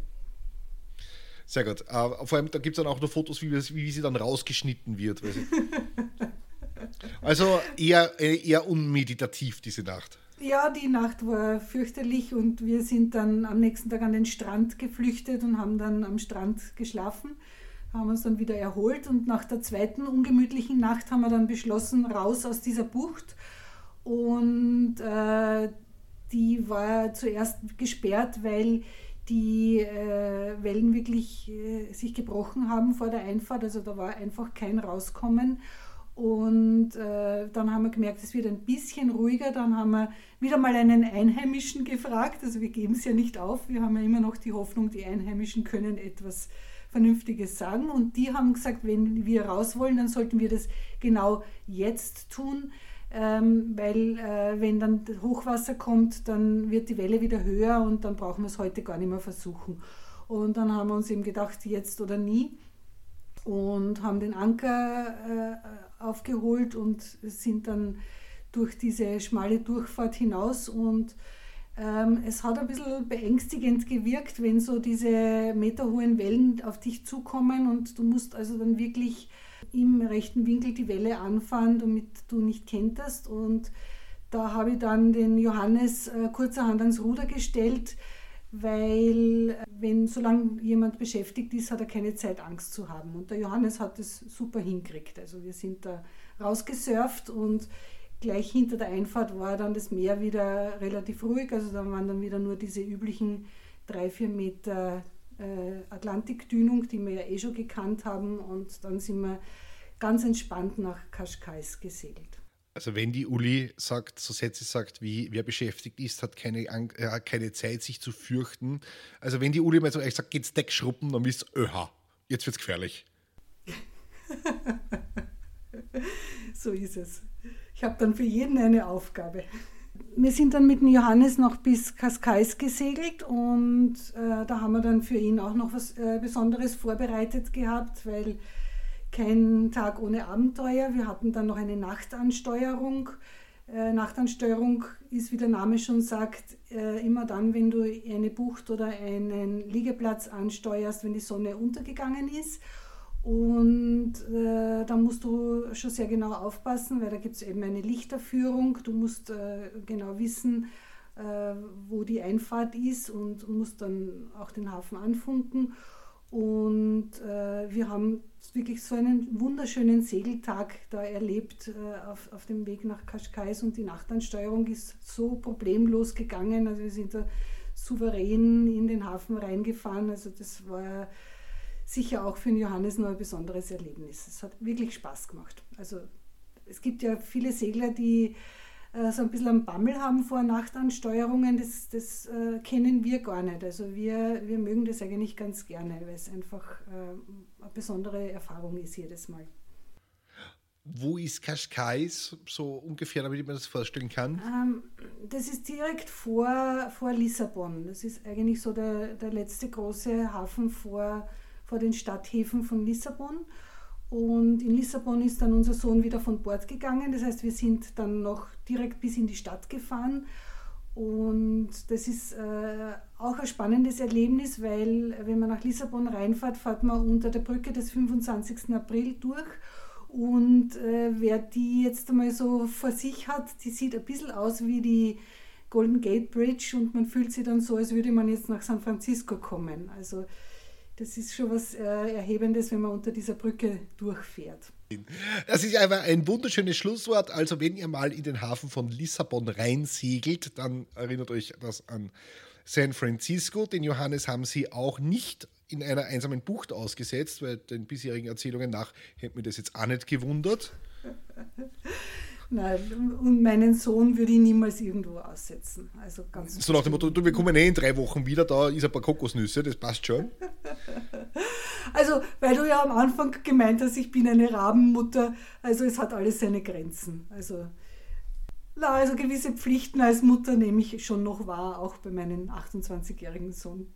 Sehr gut. Uh, vor allem, da gibt es dann auch noch Fotos, wie, wie sie dann rausgeschnitten wird. Weiß ich. Also eher, eher unmeditativ diese Nacht. Ja, die Nacht war fürchterlich und wir sind dann am nächsten Tag an den Strand geflüchtet und haben dann am Strand geschlafen. Da haben wir uns dann wieder erholt und nach der zweiten ungemütlichen Nacht haben wir dann beschlossen, raus aus dieser Bucht. Und äh, die war zuerst gesperrt, weil die äh, Wellen wirklich äh, sich gebrochen haben vor der Einfahrt, also da war einfach kein Rauskommen und äh, dann haben wir gemerkt, es wird ein bisschen ruhiger, dann haben wir wieder mal einen Einheimischen gefragt, also wir geben es ja nicht auf, wir haben ja immer noch die Hoffnung, die Einheimischen können etwas Vernünftiges sagen und die haben gesagt, wenn wir raus wollen, dann sollten wir das genau jetzt tun, Ähm, weil äh, wenn dann das Hochwasser kommt, dann wird die Welle wieder höher und dann brauchen wir es heute gar nicht mehr versuchen. Und dann haben wir uns eben gedacht, jetzt oder nie und haben den Anker äh, aufgeholt und sind dann durch diese schmale Durchfahrt hinaus und ähm, es hat ein bisschen beängstigend gewirkt, wenn so diese meterhohen Wellen auf dich zukommen und du musst also dann wirklich im rechten Winkel die Welle anfahren, damit du nicht kenterst. Und da habe ich dann den Johannes äh, kurzerhand ans Ruder gestellt, weil wenn solange jemand beschäftigt ist, hat er keine Zeit, Angst zu haben. Und der Johannes hat es super hingekriegt. Also wir sind da rausgesurft und gleich hinter der Einfahrt war dann das Meer wieder relativ ruhig. Also da waren dann wieder nur diese üblichen drei, vier Meter äh, Atlantikdünung, die wir ja eh schon gekannt haben. Und dann sind wir ganz entspannt nach Cascais gesegelt. Also wenn die Uli sagt, so Sätze sagt wie, wer beschäftigt ist, hat keine, äh, keine Zeit, sich zu fürchten. Also wenn die Uli mal so echt sagt, geht's Deck schruppen, dann wisst ihr, öha, jetzt wird's gefährlich. So ist es. Ich habe dann für jeden eine Aufgabe. Wir sind dann mit dem Johannes noch bis Cascais gesegelt und äh, da haben wir dann für ihn auch noch was äh, Besonderes vorbereitet gehabt, weil kein Tag ohne Abenteuer. Wir hatten dann noch eine Nachtansteuerung. Äh, Nachtansteuerung ist, wie der Name schon sagt, äh, immer dann, wenn du eine Bucht oder einen Liegeplatz ansteuerst, wenn die Sonne untergegangen ist. Und äh, da musst du schon sehr genau aufpassen, weil da gibt es eben eine Lichterführung. Du musst äh, genau wissen, äh, wo die Einfahrt ist und musst dann auch den Hafen anfunken. Und äh, wir haben wirklich so einen wunderschönen Segeltag da erlebt äh, auf, auf dem Weg nach Cascais und die Nachtansteuerung ist so problemlos gegangen. Also wir sind da souverän in den Hafen reingefahren. Also das war sicher auch für den Johannes noch ein besonderes Erlebnis. Es hat wirklich Spaß gemacht. Also es gibt ja viele Segler, die äh, so ein bisschen einen Bammel haben vor Nachtansteuerungen. Das, das äh, kennen wir gar nicht. Also wir, wir mögen das eigentlich ganz gerne, weil es einfach äh, eine besondere Erfahrung ist jedes Mal. Wo ist Cascais so ungefähr, damit ich mir das vorstellen kann? Ähm, das ist direkt vor, vor Lissabon. Das ist eigentlich so der, der letzte große Hafen vor vor den Stadthäfen von Lissabon. Und in Lissabon ist dann unser Sohn wieder von Bord gegangen. Das heißt, wir sind dann noch direkt bis in die Stadt gefahren. Und das ist äh, auch ein spannendes Erlebnis, weil wenn man nach Lissabon reinfährt, fährt man unter der Brücke des fünfundzwanzigsten April durch. Und äh, wer die jetzt einmal so vor sich hat, die sieht ein bisschen aus wie die Golden Gate Bridge und man fühlt sich dann so, als würde man jetzt nach San Francisco kommen. Also das ist schon was äh, Erhebendes, wenn man unter dieser Brücke durchfährt. Das ist einfach ein wunderschönes Schlusswort. Also wenn ihr mal in den Hafen von Lissabon reinsegelt, dann erinnert euch das an San Francisco. Den Johannes haben sie auch nicht in einer einsamen Bucht ausgesetzt, weil den bisherigen Erzählungen nach hätte mir das jetzt auch nicht gewundert. Nein, und meinen Sohn würde ich niemals irgendwo aussetzen. Also ganz so nach dem Motto, du, wir kommen eh in drei Wochen wieder, da ist ein paar Kokosnüsse, das passt schon. Also, weil du ja am Anfang gemeint hast, ich bin eine Rabenmutter, also es hat alles seine Grenzen. Also, na, also gewisse Pflichten als Mutter nehme ich schon noch wahr, auch bei meinem achtundzwanzigjährigen Sohn.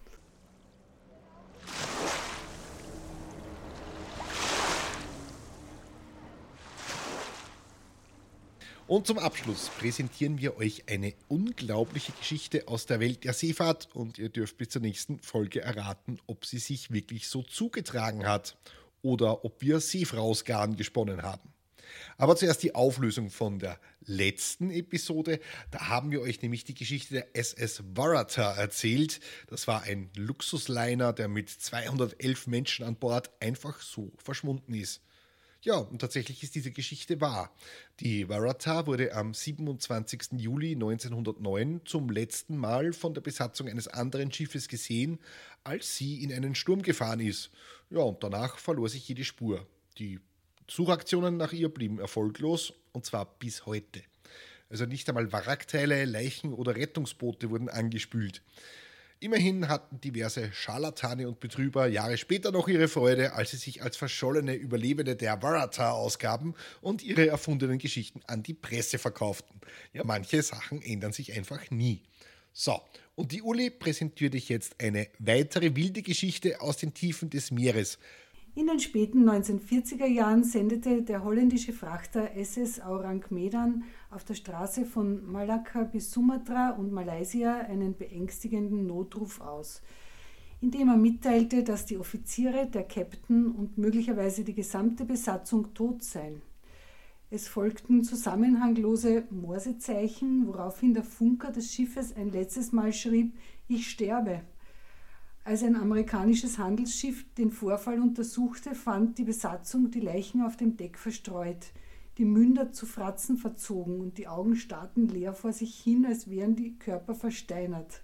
Und zum Abschluss präsentieren wir euch eine unglaubliche Geschichte aus der Welt der Seefahrt und ihr dürft bis zur nächsten Folge erraten, ob sie sich wirklich so zugetragen hat oder ob wir Seefrausgarn gesponnen haben. Aber zuerst die Auflösung von der letzten Episode. Da haben wir euch nämlich die Geschichte der S S Waratah erzählt. Das war ein Luxusliner, der mit zweihundertelf Menschen an Bord einfach so verschwunden ist. Ja, und tatsächlich ist diese Geschichte wahr. Die Waratah wurde am siebenundzwanzigsten Juli neunzehnhundertneun zum letzten Mal von der Besatzung eines anderen Schiffes gesehen, als sie in einen Sturm gefahren ist. Ja, und danach verlor sich jede Spur. Die Suchaktionen nach ihr blieben erfolglos, und zwar bis heute. Also nicht einmal Wrackteile, Leichen oder Rettungsboote wurden angespült. Immerhin hatten diverse Scharlatane und Betrüger Jahre später noch ihre Freude, als sie sich als verschollene Überlebende der Waratah ausgaben und ihre erfundenen Geschichten an die Presse verkauften. Ja, manche Sachen ändern sich einfach nie. So, und die Uli präsentiert euch jetzt eine weitere wilde Geschichte aus den Tiefen des Meeres. In den späten neunzehnhundertvierziger Jahren sendete der holländische Frachter S S Aurang Medan auf der Straße von Malakka bis Sumatra und Malaysia einen beängstigenden Notruf aus, indem er mitteilte, dass die Offiziere, der Captain und möglicherweise die gesamte Besatzung tot seien. Es folgten zusammenhanglose Morsezeichen, woraufhin der Funker des Schiffes ein letztes Mal schrieb: Ich sterbe. Als ein amerikanisches Handelsschiff den Vorfall untersuchte, fand die Besatzung die Leichen auf dem Deck verstreut, die Münder zu Fratzen verzogen und die Augen starrten leer vor sich hin, als wären die Körper versteinert.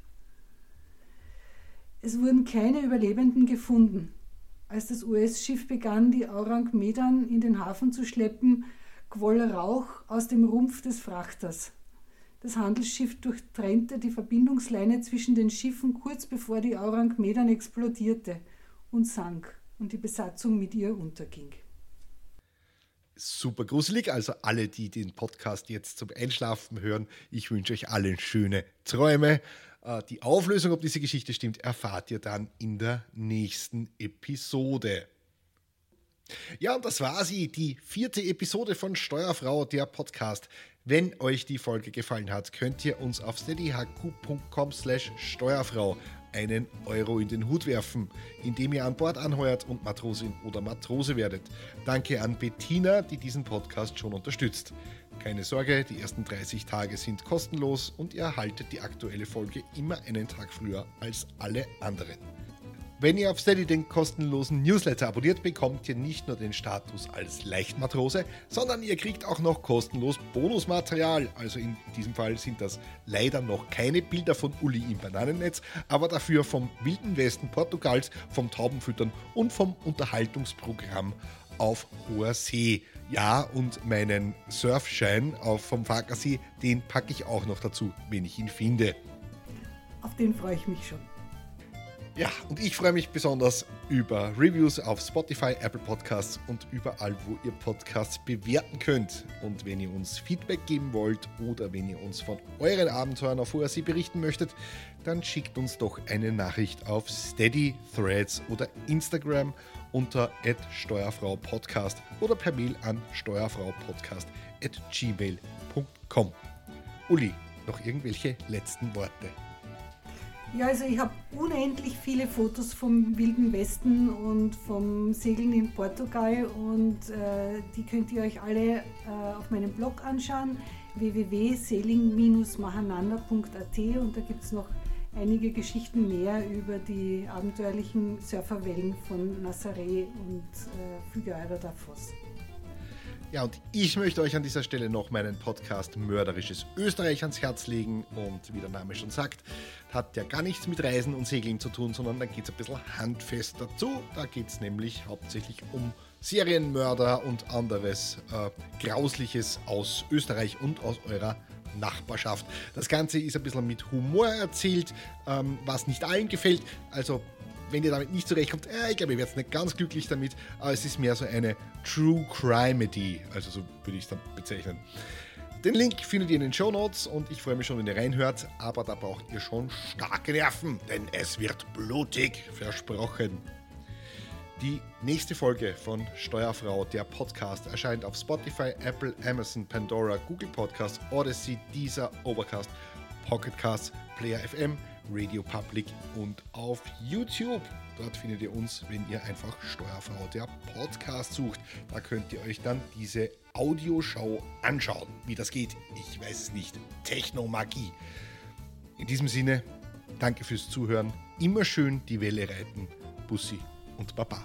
Es wurden keine Überlebenden gefunden. Als das U S-Schiff begann, die Aurang Medan in den Hafen zu schleppen, quoll Rauch aus dem Rumpf des Frachters. Das Handelsschiff durchtrennte die Verbindungsleine zwischen den Schiffen kurz bevor die Aurang Medan explodierte und sank und die Besatzung mit ihr unterging. Super gruselig, also alle, die den Podcast jetzt zum Einschlafen hören, ich wünsche euch allen schöne Träume. Die Auflösung, ob diese Geschichte stimmt, erfahrt ihr dann in der nächsten Episode. Ja, und das war sie, die vierte Episode von Steuerfrau, der Podcast. Wenn euch die Folge gefallen hat, könnt ihr uns auf steadyhq.com slash Steuerfrau einen Euro in den Hut werfen, indem ihr an Bord anheuert und Matrosin oder Matrose werdet. Danke an Bettina, die diesen Podcast schon unterstützt. Keine Sorge, die ersten dreißig Tage sind kostenlos und ihr erhaltet die aktuelle Folge immer einen Tag früher als alle anderen. Wenn ihr auf Steady den kostenlosen Newsletter abonniert, bekommt ihr nicht nur den Status als Leichtmatrose, sondern ihr kriegt auch noch kostenlos Bonusmaterial. Also in diesem Fall sind das leider noch keine Bilder von Uli im Bananennetz, aber dafür vom Wilden Westen Portugals, vom Taubenfüttern und vom Unterhaltungsprogramm auf hoher See. Ja, und meinen Surfschein auf vom Farkasee, den packe ich auch noch dazu, wenn ich ihn finde. Auf den freue ich mich schon. Ja, und ich freue mich besonders über Reviews auf Spotify, Apple Podcasts und überall, wo ihr Podcasts bewerten könnt. Und wenn ihr uns Feedback geben wollt oder wenn ihr uns von euren Abenteuern auf hoher See berichten möchtet, dann schickt uns doch eine Nachricht auf Steady, Threads oder Instagram unter at steuerfraupodcast oder per Mail an steuerfraupodcast at gmail punkt com. Uli, noch irgendwelche letzten Worte? Ja, also ich habe unendlich viele Fotos vom Wilden Westen und vom Segeln in Portugal und äh, die könnt ihr euch alle äh, auf meinem Blog anschauen, w w w punkt sailing dash mahananda punkt a t, und da gibt es noch einige Geschichten mehr über die abenteuerlichen Surferwellen von Nazaré und äh, Figueira da Foz. Ja, und ich möchte euch an dieser Stelle noch meinen Podcast Mörderisches Österreich ans Herz legen. Und wie der Name schon sagt, hat ja gar nichts mit Reisen und Segeln zu tun, sondern da geht es ein bisschen handfest dazu. Da geht es nämlich hauptsächlich um Serienmörder und anderes äh, Grausliches aus Österreich und aus eurer Nachbarschaft. Das Ganze ist ein bisschen mit Humor erzählt, ähm, was nicht allen gefällt. Also wenn ihr damit nicht zurechtkommt, äh, ich glaube, ihr werdet nicht ganz glücklich damit, aber es ist mehr so eine True Crime-Idee, also so würde ich es dann bezeichnen. Den Link findet ihr in den Shownotes und ich freue mich schon, wenn ihr reinhört, aber da braucht ihr schon starke Nerven, denn es wird blutig, versprochen. Die nächste Folge von Steuerfrau, der Podcast, erscheint auf Spotify, Apple, Amazon, Pandora, Google Podcasts, Odyssey, Deezer, Overcast, Pocketcasts, Player F M, Radio Public und auf YouTube. Dort findet ihr uns, wenn ihr einfach Steuerfrau, der Podcast sucht. Da könnt ihr euch dann diese Audioshow anschauen. Wie das geht, ich weiß es nicht. Technomagie. In diesem Sinne, danke fürs Zuhören. Immer schön die Welle reiten. Bussi und Baba.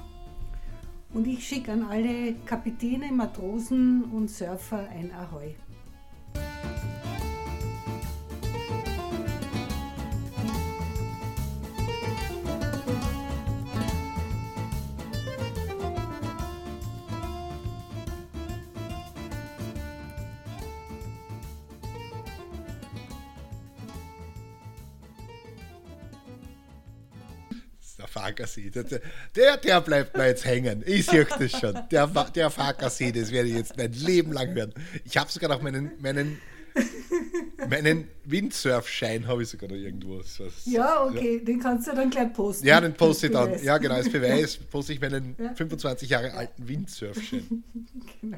Und ich schicke an alle Kapitäne, Matrosen und Surfer ein Ahoi. Der Farkasee, der, der, der bleibt mir jetzt hängen. Ich sehe das schon. Der, der Farkasee, das werde ich jetzt mein Leben lang hören. Ich habe sogar noch meinen, meinen, meinen Windsurfschein, habe ich sogar noch irgendwo. Was, ja, okay, ja. Den kannst du dann gleich posten. Ja, den poste ich dann. Ja, genau, als Beweis poste ich meinen ja. fünfundzwanzig Jahre alten Windsurfschein. Genau.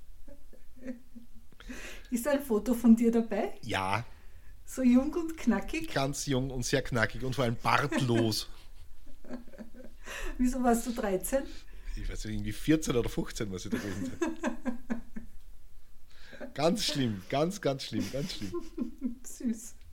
Ist ein Foto von dir dabei? Ja. So jung und knackig? Ganz jung und sehr knackig und vor allem bartlos. Wieso warst du dreizehn? Ich weiß nicht, irgendwie vierzehn oder fünfzehn, was ich da gewesen bin. Ganz schlimm, ganz, ganz schlimm, ganz schlimm. Süß.